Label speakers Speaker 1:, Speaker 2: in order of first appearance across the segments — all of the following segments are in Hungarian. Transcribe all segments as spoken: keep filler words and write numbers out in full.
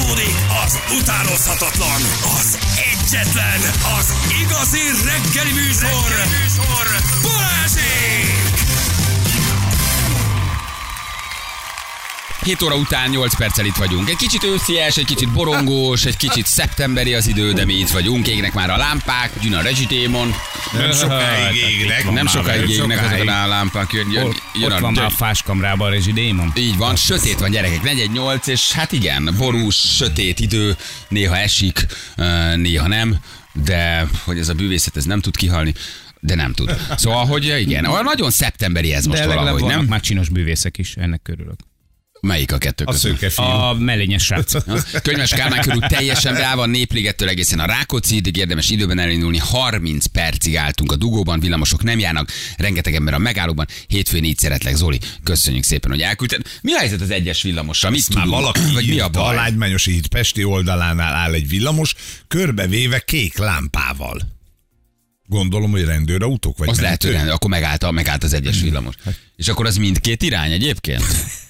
Speaker 1: Folytatódik az utánozhatatlan, az egyetlen, az igazi reggeli műsor, reggeli műsor. Balázsék!
Speaker 2: hét óra után nyolc perccel itt vagyunk. Egy kicsit őszies, egy kicsit borongós, egy kicsit szeptemberi az idő, de mi itt vagyunk. Égnek már a lámpák, jön a rezsidémon.
Speaker 3: Nem sokáig égnek.
Speaker 2: Nem sokáig égnek azok a lámpák. Jön, jön, jön
Speaker 4: ott van már a fáskamrában a rezsidémon.
Speaker 2: Így van, sötét van gyerekek, negyven nyolc, és hát igen, borús, sötét idő, néha esik, néha nem, de hogy ez a bűvészet, ez nem tud kihalni. De nem tud. Szóval, hogy igen, nagyon szeptemberi ez most
Speaker 4: de
Speaker 2: valahogy, nem?
Speaker 4: Vannak már csinos bűvészek is, ennek körülök.
Speaker 2: Melyik a kettő között?
Speaker 3: A szőke fiú.
Speaker 4: A mellényes srác.
Speaker 2: Könyves Kálmán körül teljesen rá van, Népligettől egészen a Rákócziig, érdemes időben elindulni. harminc percig álltunk a dugóban, villamosok nem járnak, rengeteg ember a megállóban. Hétfőn így szeretlek, Zoli. Köszönjük szépen, hogy elküldted. Mi a helyzet az egyes villamossal? Mit tudunk?
Speaker 3: Már valaki
Speaker 2: Vagy mi a
Speaker 3: írta,
Speaker 2: baj?
Speaker 3: a Lágymányosi híd Pesti oldalánál áll egy villamos, körbevéve kék lámpával. Gondolom, hogy rendőrautók vagy
Speaker 2: Az lehet, hogy
Speaker 3: mentők?
Speaker 2: rendőr, akkor megállt, megállt az egyes villamos. És akkor az mindkét irány egyébként?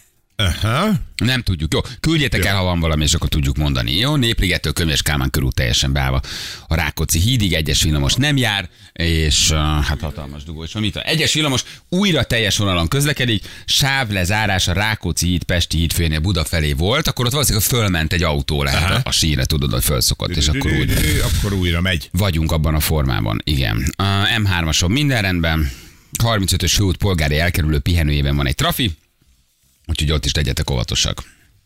Speaker 3: Aha.
Speaker 2: Nem tudjuk. Jó, küldjétek el, ha van valami, és akkor tudjuk mondani. Jó, Népligettől Könyves Kálmán körül teljesen beállva. A Rákóczi hídig egyes villamos nem jár, és uh, hát hatalmas dugó. És van mit? Egyes villamos újra teljes vonalon közlekedik, sávlezárás a Rákóczi híd, Pesti híd félnél Buda felé volt, akkor ott valószínűleg fölment egy autó lehet a, a sínre, tudod, hogy fölszokott, és akkor úgy
Speaker 3: Akkor újra megy.
Speaker 2: vagyunk abban a formában. Igen. A em hármason minden rendben, harmincötös főút polgári elkerülő pihenőjében van egy trafi, úgyhogy ott is legyetek óvatosak.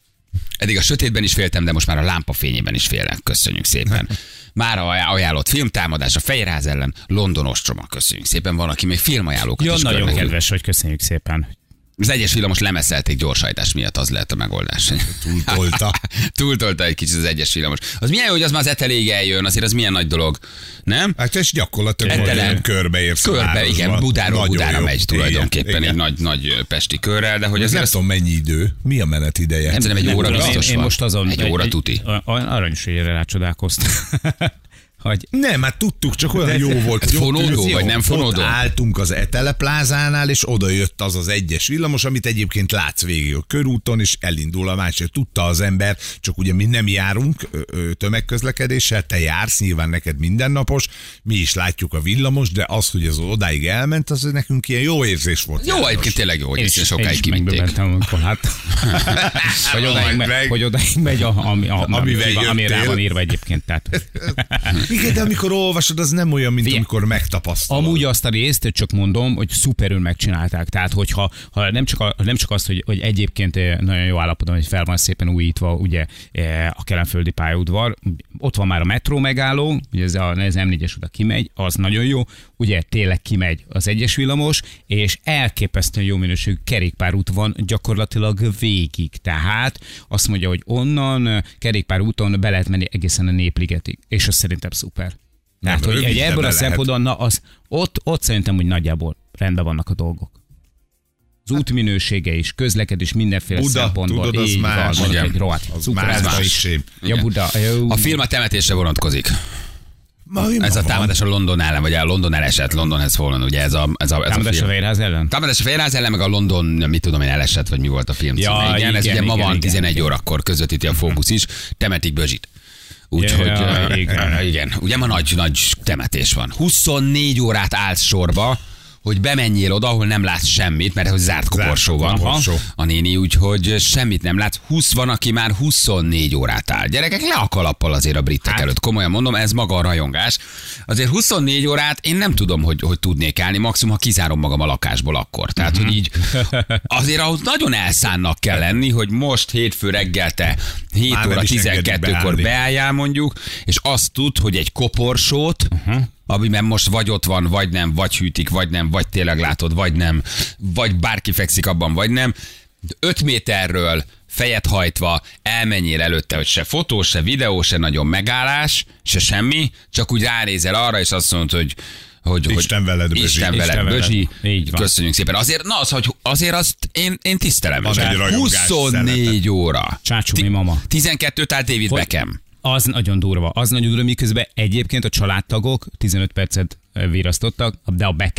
Speaker 2: Eddig a sötétben is féltem, de most már a lámpafényében is félek. Köszönjük szépen. Már ajánlott filmtámadás a Fehérház ellen, London ostroma. Köszönjük szépen. Van, aki még filmajánlókat
Speaker 4: Ja,
Speaker 2: is
Speaker 4: nagyon
Speaker 2: körnek.
Speaker 4: kedves vagy, köszönjük szépen.
Speaker 2: Az egyes villamos lemeszelték gyorsajtás miatt, az lehet a megoldás.
Speaker 3: Túltolta.
Speaker 2: Túltolta egy kicsit az egyes villamos. Az milyen jó, hogy az már az eteléig eljön, azért az milyen nagy dolog, nem?
Speaker 3: Hát és gyakorlatilag
Speaker 2: Etelen.
Speaker 3: majdnem körbeérsz a
Speaker 2: Körbe,
Speaker 3: városba.
Speaker 2: igen, Budáról
Speaker 3: Nagyon
Speaker 2: Budára
Speaker 3: jó.
Speaker 2: megy tulajdonképpen,
Speaker 3: Igen,
Speaker 2: egy
Speaker 3: igen.
Speaker 2: nagy, nagy pesti körrel, de hogy
Speaker 3: Ez
Speaker 2: azért
Speaker 3: nem
Speaker 2: az
Speaker 3: tudom mennyi idő. Mi a menet ideje?
Speaker 2: nem tudom, egy óra
Speaker 4: tudom,
Speaker 2: biztos
Speaker 4: én, én
Speaker 2: van.
Speaker 4: most azon,
Speaker 2: Egy óra tuti.
Speaker 4: Aranyosére rácsodálkoztam. hogy
Speaker 3: Nem, hát tudtuk, csak olyan jó volt.
Speaker 2: Ez
Speaker 3: Jó,
Speaker 2: fonódó,
Speaker 3: jó.
Speaker 2: vagy nem fonódó?
Speaker 3: Ott álltunk az Etele plázánál, és oda jött az az egyes villamos, amit egyébként látsz végig a körúton, és elindul a másik. Tudta az ember, csak ugye mi nem járunk ö, ö, tömegközlekedéssel, te jársz, nyilván neked mindennapos, mi is látjuk a villamos, de az, hogy ez odáig elment, az nekünk ilyen jó érzés volt.
Speaker 2: Jó,
Speaker 3: János.
Speaker 2: egyébként tényleg jó, hogy
Speaker 4: én
Speaker 2: ezt
Speaker 4: is, én
Speaker 2: sokáig
Speaker 4: is
Speaker 2: kivitték.
Speaker 4: megdöbbentem, amikor hát, hogy odáig,
Speaker 3: Majd
Speaker 4: me,
Speaker 3: meg.
Speaker 4: hogy odáig megy, a, ami, a, ami,
Speaker 3: Amivel
Speaker 4: ami, ami rá
Speaker 3: jöttél.
Speaker 4: van írva egyébként. Tehát.
Speaker 3: Igen, de amikor olvasod, az nem olyan, mint
Speaker 4: Figyelj,
Speaker 3: amikor megtapasztalod.
Speaker 4: Amúgy azt a részt csak mondom, hogy szuperül megcsinálták. Tehát, hogyha ha nem, csak a, nem csak azt, hogy, hogy egyébként nagyon jó állapotban, hogy fel van szépen újítva ugye a kelenföldi pályaudvar, ott van már a metró megálló, ugye ez, a, ez em négyes oda kimegy, az nagyon jó, ugye tényleg kimegy az egyes villamos, és elképesztően jó minőségű kerékpárút van gyakorlatilag végig. Tehát azt mondja, hogy onnan kerékpárúton be lehet menni egészen a Népligetig, és az szerintem szuper. Tehát,
Speaker 3: Nem,
Speaker 4: hogy egy
Speaker 3: rövid, de
Speaker 4: ebből
Speaker 3: be
Speaker 4: a
Speaker 3: lehet.
Speaker 4: szempontból, na, az, ott, ott szerintem, hogy nagyjából rendben vannak a dolgok. Az útminősége is, közlekedés mindenféle
Speaker 3: Buda,
Speaker 4: szempontból.
Speaker 3: tudod, az
Speaker 4: így
Speaker 3: más.
Speaker 4: van,
Speaker 2: Igen.
Speaker 4: egy rohadt
Speaker 3: Az
Speaker 4: cukrászda
Speaker 3: más
Speaker 4: is.
Speaker 3: sem.
Speaker 4: Ja, Buda. Jó.
Speaker 2: A film a temetésre vonatkozik.
Speaker 3: Ma, ma
Speaker 2: Ez a
Speaker 3: van.
Speaker 2: támadás a London ellen, vagy a London elesett, London has fallen, ugye ez a, ez a, ez a
Speaker 4: Támadás a
Speaker 2: film.
Speaker 4: Fehérház ellen?
Speaker 2: Támadás a Fehérház ellen, meg a London, mit tudom én, elesett, vagy mi volt a film címe.
Speaker 4: Ja,
Speaker 2: igen, ez
Speaker 4: igen,
Speaker 2: ugye ma
Speaker 4: igen,
Speaker 2: van
Speaker 4: igen,
Speaker 2: tizenegy
Speaker 4: igen.
Speaker 2: órakor közvetíti a Fókusz is, temetik Bözsit. Úgyhogy
Speaker 4: Ja,
Speaker 2: uh,
Speaker 4: igen.
Speaker 2: igen, ugye ma nagy, nagy temetés van. huszonnégy órát állsz sorba, hogy bemenjél oda, ahol nem látsz semmit, mert hogy zárt koporsó van
Speaker 3: koporsó.
Speaker 2: a néni, úgyhogy semmit nem látsz. húsz van, aki már huszonnégy órát áll. Gyerekek, le a kalappal azért a britek
Speaker 4: Hát.
Speaker 2: előtt. Komolyan mondom, ez maga a rajongás. Azért huszonnégy órát én nem tudom, hogy, hogy tudnék állni, maximum, ha kizárom magam a lakásból akkor. Tehát, hogy így azért ahhoz nagyon elszánnak kell lenni, hogy most hétfő reggel te hét
Speaker 3: Már nem
Speaker 2: óra
Speaker 3: is engedik
Speaker 2: tizenkettőkor
Speaker 3: beállni.
Speaker 2: beálljál mondjuk, és azt tud, hogy egy koporsót, uh-huh. amiben most vagy ott van, vagy nem, vagy hűtik, vagy nem, vagy tényleg látod, vagy nem, vagy bárki fekszik abban, vagy nem. öt méterről fejet hajtva elmenjél előtte, hogy se fotó, se videó, se nagyon megállás, se semmi, csak úgy ránézel arra, és azt mondod, hogy hogy,
Speaker 3: Isten
Speaker 2: hogy
Speaker 3: veled, Bözsi.
Speaker 2: Isten veled,
Speaker 4: Isten veled.
Speaker 2: Bözsi.
Speaker 4: Így van.
Speaker 2: Köszönjük szépen. Azért, na az, hogy azért azt én, én tisztelem.
Speaker 3: Van egy rajongás
Speaker 2: huszonnégy
Speaker 3: szeretet.
Speaker 2: óra.
Speaker 4: Csácsumi mama.
Speaker 2: tizenkettőt áll David
Speaker 4: Hogy-
Speaker 2: Beckham.
Speaker 4: Az nagyon durva. Az nagyon durva, miközben egyébként a családtagok tizenöt percet virasztottak, de a Beckham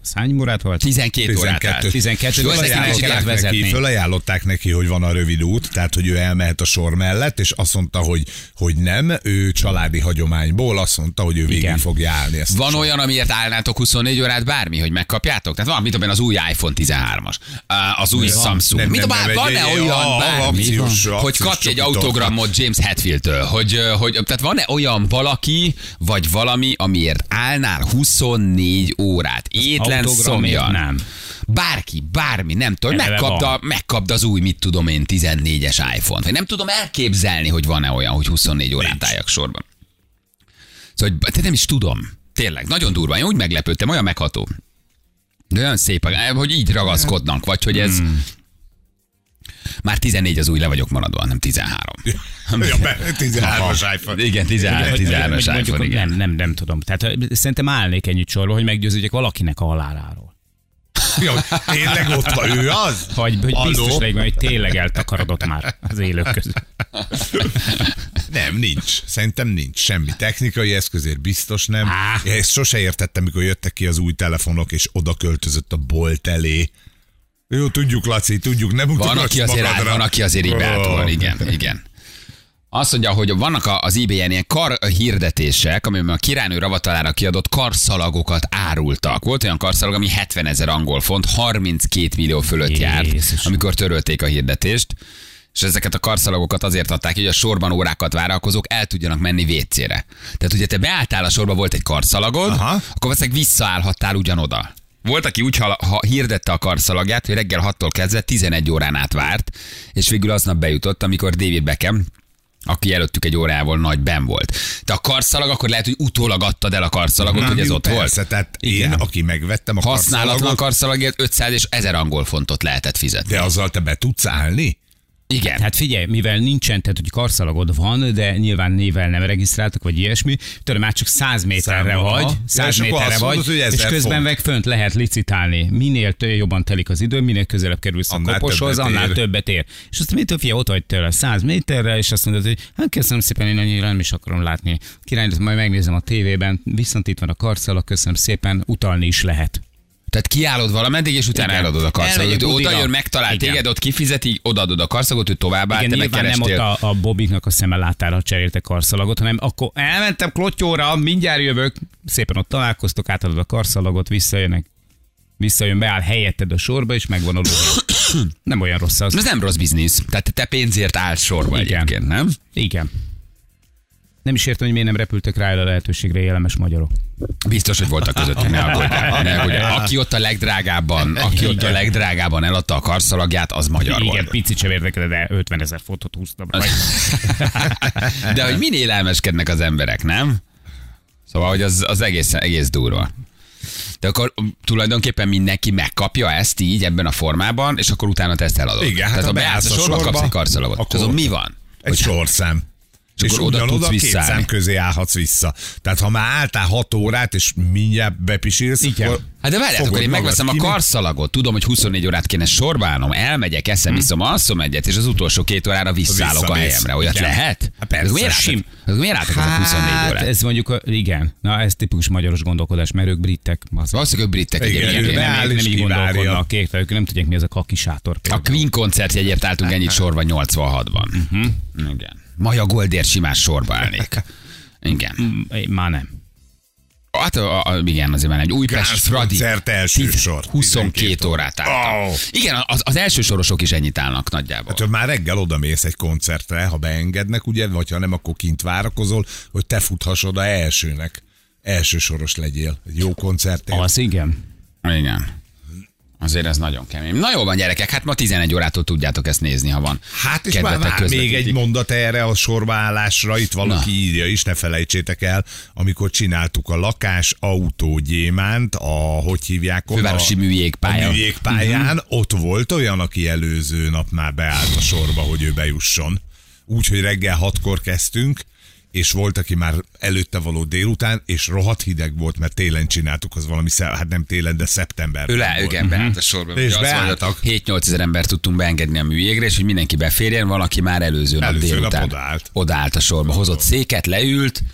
Speaker 4: Az hány órát volt?
Speaker 2: tizenkét órát állt.
Speaker 4: tizenkettő
Speaker 2: Jó, ezt nem is
Speaker 4: kellett
Speaker 3: Fölajánlották
Speaker 4: vezetni.
Speaker 3: neki, fölajánlották neki, hogy van a rövid út, tehát hogy ő elmehet a sor mellett, és azt mondta, hogy, hogy nem, ő családi hagyományból azt mondta, hogy ő végig
Speaker 4: Igen.
Speaker 3: fogja állni ezt.
Speaker 2: Van olyan, amiért állnátok huszonnégy órát bármi, hogy megkapjátok? Tehát van, mit tudom én, az új iPhone tizenhármas, az új
Speaker 3: van.
Speaker 2: Samsung.
Speaker 3: Nem,
Speaker 2: Mit
Speaker 3: nem,
Speaker 2: tudom,
Speaker 3: nem,
Speaker 2: van-e
Speaker 3: egy-
Speaker 2: olyan
Speaker 3: a- a-
Speaker 2: bármi,
Speaker 3: akciós-
Speaker 2: hogy
Speaker 3: akciós
Speaker 2: kapj egy
Speaker 3: csokitól.
Speaker 2: autogramot James Hetfieldtől, hogy, hogy tehát van-e olyan valaki, vagy valami, amiért állnál huszonnégy órát, étlen
Speaker 4: autogramért
Speaker 2: szomjan?
Speaker 4: nem.
Speaker 2: Bárki, bármi, nem tudom,
Speaker 4: Eleve
Speaker 2: megkapd, a,
Speaker 4: van.
Speaker 2: megkapd az új, mit tudom én, tizennégyes iPhone-t. Vagy nem tudom elképzelni, hogy van-e olyan, hogy huszonnégy órát
Speaker 3: Nincs.
Speaker 2: álljak sorban. Szóval, hogy te nem is tudom. Tényleg, nagyon durva. Én úgy meglepődtem, olyan megható. De olyan szép, hogy így ragaszkodnak, vagy hogy ez...
Speaker 3: Hmm.
Speaker 2: Már tizennégy az új, le vagyok maradva, nem tizenhárom.
Speaker 3: Ja, be- tizenhármas iPhone.
Speaker 2: Igen, tizenhárom,
Speaker 4: Hogy-
Speaker 2: tizenhármas
Speaker 4: hogy mondjuk,
Speaker 2: iPhone, igen.
Speaker 4: nem, nem, nem tudom. Tehát ö, szerintem állnék ennyit sorba, hogy meggyőződjek valakinek a haláláról.
Speaker 3: Ja, hogy tényleg ott van, ő az?
Speaker 4: Hogy, hogy
Speaker 3: Halló?
Speaker 4: biztos legyen, hogy tényleg eltakarodott már az élők közül.
Speaker 3: Nem, nincs. Szerintem nincs. Semmi technikai eszközért biztos nem.
Speaker 4: Á.
Speaker 3: Én ezt sose értettem, mikor jöttek ki az új telefonok, és oda költözött a bolt elé. Jó, tudjuk, Laci, tudjuk, nem
Speaker 2: Van,
Speaker 3: mutogass
Speaker 2: aki azért,
Speaker 3: magadra.
Speaker 2: van, aki azért így beátol,
Speaker 3: Ó.
Speaker 2: igen, igen. Azt mondja, hogy vannak a- az eBay-en ilyen kar hirdetések, amiben a királynő ravatalára kiadott karszalagokat árultak. Volt olyan karszalag, ami hetvenezer angol font, harminckét millió fölött járt,
Speaker 4: Jézusom.
Speaker 2: amikor törölték a hirdetést. És ezeket a karszalagokat azért adták, hogy a sorban órákat várakozók el tudjanak menni vécére. Tehát ugye te beálltál a sorba, volt egy karszalagod,
Speaker 3: Aha.
Speaker 2: akkor valószínűleg visszaállhattál ugyanoda. Volt, aki úgy ha, ha hirdette a karszalagját, hogy reggel hattól kezdve tizenegy órán át várt, és végül aznap bejutott, amikor David Beckham, aki előttük egy órával nagy ben volt. De a karszalag, akkor lehet, hogy utólag adtad el a karszalagot,
Speaker 3: Nem,
Speaker 2: hogy ez
Speaker 3: jó,
Speaker 2: ott
Speaker 3: persze,
Speaker 2: volt.
Speaker 3: tehát én,
Speaker 2: Igen.
Speaker 3: aki megvettem a
Speaker 2: Használatlan
Speaker 3: karszalagot,
Speaker 2: karszalagért ötszáz és ezer angol fontot lehetett fizetni.
Speaker 3: de azzal te be tudsz állni?
Speaker 2: Igen.
Speaker 4: Hát figyelj, mivel nincsen, tehát hogy karszalagod van, de nyilván nével nem regisztráltak, vagy ilyesmi, tudod, már csak száz méterre
Speaker 3: Számol,
Speaker 4: vagy,
Speaker 3: aha.
Speaker 4: száz
Speaker 3: És akkor
Speaker 4: méterre
Speaker 3: azt
Speaker 4: vagy,
Speaker 3: mondod, hogy
Speaker 4: és
Speaker 3: ezer
Speaker 4: közben
Speaker 3: font.
Speaker 4: meg fönt lehet licitálni. Minél tő- jobban telik az idő, minél közelebb kerülsz a
Speaker 3: Annál
Speaker 4: koposhoz,
Speaker 3: többet
Speaker 4: annál
Speaker 3: ér.
Speaker 4: többet ér. És azt mit figyelj, ott vagy tőle száz méterre, és azt mondod, hogy hát köszönöm szépen, én annyira nem is akarom látni. Királynőt majd megnézem a tévében, viszont itt van a karszalag, köszönöm szépen, utalni is lehet.
Speaker 2: Tehát kiállod valameddig, és utána
Speaker 4: Igen.
Speaker 2: eladod a karszagot.
Speaker 4: Elmegyek
Speaker 2: Oda
Speaker 4: budira.
Speaker 2: jön, megtalál
Speaker 4: Igen.
Speaker 2: téged, ott kifizeti, odaadod a karszagot, ő továbbáll,
Speaker 4: Igen,
Speaker 2: te
Speaker 4: nyilván nem ott
Speaker 2: megkerestél.
Speaker 4: a, a Bobiknak a szeme látára cserélte karszalagot, hanem akkor elmentem klottyóra, mindjárt jövök, szépen ott találkoztok, átadod a karszalagot, visszajönnek, visszajön, beáll helyetted a sorba, és megvan a lóvé. Nem olyan rossz az.
Speaker 2: Ez nem rossz biznisz. Tehát te pénzért állsz sorba
Speaker 4: Igen.
Speaker 2: egyébként, nem?
Speaker 4: Igen. Nem is értem, hogy miért nem repültek rá el a lehetőségre jellemes magyarok.
Speaker 2: Biztos, hogy voltak közöttük, ne aggódjál, ne aggódjál. Aki ott a legdrágábban, aki ott a legdrágábban eladta a karszalagját, az magyar
Speaker 4: Igen,
Speaker 2: volt.
Speaker 4: picit sem érdekel, de ötven ezer fotót húztam rá.
Speaker 2: De hogy minél elmeskednek az emberek, nem? Szóval, hogy az, az egész, egész durva. De akkor tulajdonképpen mindenki megkapja ezt így ebben a formában, és akkor utána te ezt eladod.
Speaker 3: Igen, hát
Speaker 2: Tehát
Speaker 3: ha
Speaker 2: ha beállsz a
Speaker 3: beállsz a
Speaker 2: sorba,
Speaker 3: sorba,
Speaker 2: kapsz egy karszalagot.
Speaker 3: akkor
Speaker 2: Azon mi van?
Speaker 3: Egy
Speaker 2: Hogy-
Speaker 3: sorszám.
Speaker 2: És
Speaker 3: És,
Speaker 2: akkor oda
Speaker 3: ugyanoda
Speaker 2: tudsz
Speaker 3: két
Speaker 2: visszaállni.
Speaker 3: szám közé állhatsz vissza. Tehát ha már álltál hat órát, és mindjárt bepisilsz,
Speaker 4: Igen.
Speaker 3: akkor
Speaker 2: Hát de várjátok,
Speaker 3: fogod
Speaker 2: akkor én
Speaker 3: magad
Speaker 2: megveszem a
Speaker 3: ki,
Speaker 2: karszalagot, tudom, hogy huszonnégy órát kéne sorba állnom, elmegyek, eszem, iszom, alszom egyet, és az utolsó két órára visszaállok a
Speaker 3: Visszamész.
Speaker 2: helyemre. Olyat
Speaker 3: Igen.
Speaker 2: lehet?
Speaker 3: Hát persze,
Speaker 2: Akkor miért
Speaker 3: sim.
Speaker 2: álltak, akkor miért álltak azok huszonnégy
Speaker 4: Hát,
Speaker 2: órát?
Speaker 4: ez mondjuk, a- igen. Na, ez tipikus magyaros gondolkodás, mert ők britek. Az
Speaker 2: Valószínűleg ők britek
Speaker 3: Igen,
Speaker 2: egyébként.
Speaker 3: ő
Speaker 2: Nem,
Speaker 3: beáll
Speaker 4: nem
Speaker 3: és
Speaker 4: így
Speaker 3: kivárja.
Speaker 4: gondolkodnak, érte, ők nem tudják, mi ez a kakisátor.
Speaker 2: A
Speaker 4: például.
Speaker 2: Queen koncertjegyért álltunk ennyit sorba nyolcvanhatban. Uh-huh. Igen. Maja Goldért simán sorba állnék. Igen.
Speaker 4: Mm, Már nem.
Speaker 2: Hát a, a, igen, azért már egy Újpest
Speaker 3: Gáz
Speaker 2: Fradi.
Speaker 3: koncert első
Speaker 2: Tíz-
Speaker 3: sor.
Speaker 2: huszonkét órát álltam.
Speaker 3: Oh.
Speaker 2: Igen, az, az első sorosok is ennyit állnak nagyjából.
Speaker 3: Hát, már reggel odamész egy koncertre, ha beengednek, ugye, vagy ha nem, akkor kint várakozol, hogy te futhass oda elsőnek. Első soros legyél. Egy jó koncertért.
Speaker 4: Az igen.
Speaker 2: Igen. Azért ez nagyon kemény. Na jó van, gyerekek, hát ma tizenegy órától tudjátok ezt nézni, ha van.
Speaker 3: Hát és már,
Speaker 2: kedvetek,
Speaker 3: már még
Speaker 2: közvetítik.
Speaker 3: egy mondat erre a sorbaállásra, itt valaki
Speaker 2: Na.
Speaker 3: írja is, ne felejtsétek el, amikor csináltuk a lakás, autó, gyémánt, a, hogy hívják oda?
Speaker 2: Fővárosi műjégpálya.
Speaker 3: A műjégpályán,
Speaker 2: Mhm.
Speaker 3: ott volt olyan, aki előző nap már beállt a sorba, hogy ő bejusson. Úgyhogy reggel hatkor kezdtünk, és volt, aki már előtte való délután, és rohadt hideg volt, mert télen csináltuk, az valami, sze- hát nem télen, de szeptemberben
Speaker 2: Ő le,
Speaker 3: volt.
Speaker 2: igen, beállt a sorba.
Speaker 3: És
Speaker 2: Ugye azt
Speaker 3: beálltak.
Speaker 2: mondod, hét-nyolc ezer ember tudtunk beengedni a műjégre, és hogy mindenki beférjen, valaki már előző nap
Speaker 3: Előző nap
Speaker 2: délután
Speaker 3: odaállt.
Speaker 2: odaállt a sorba, hozott széket, leült,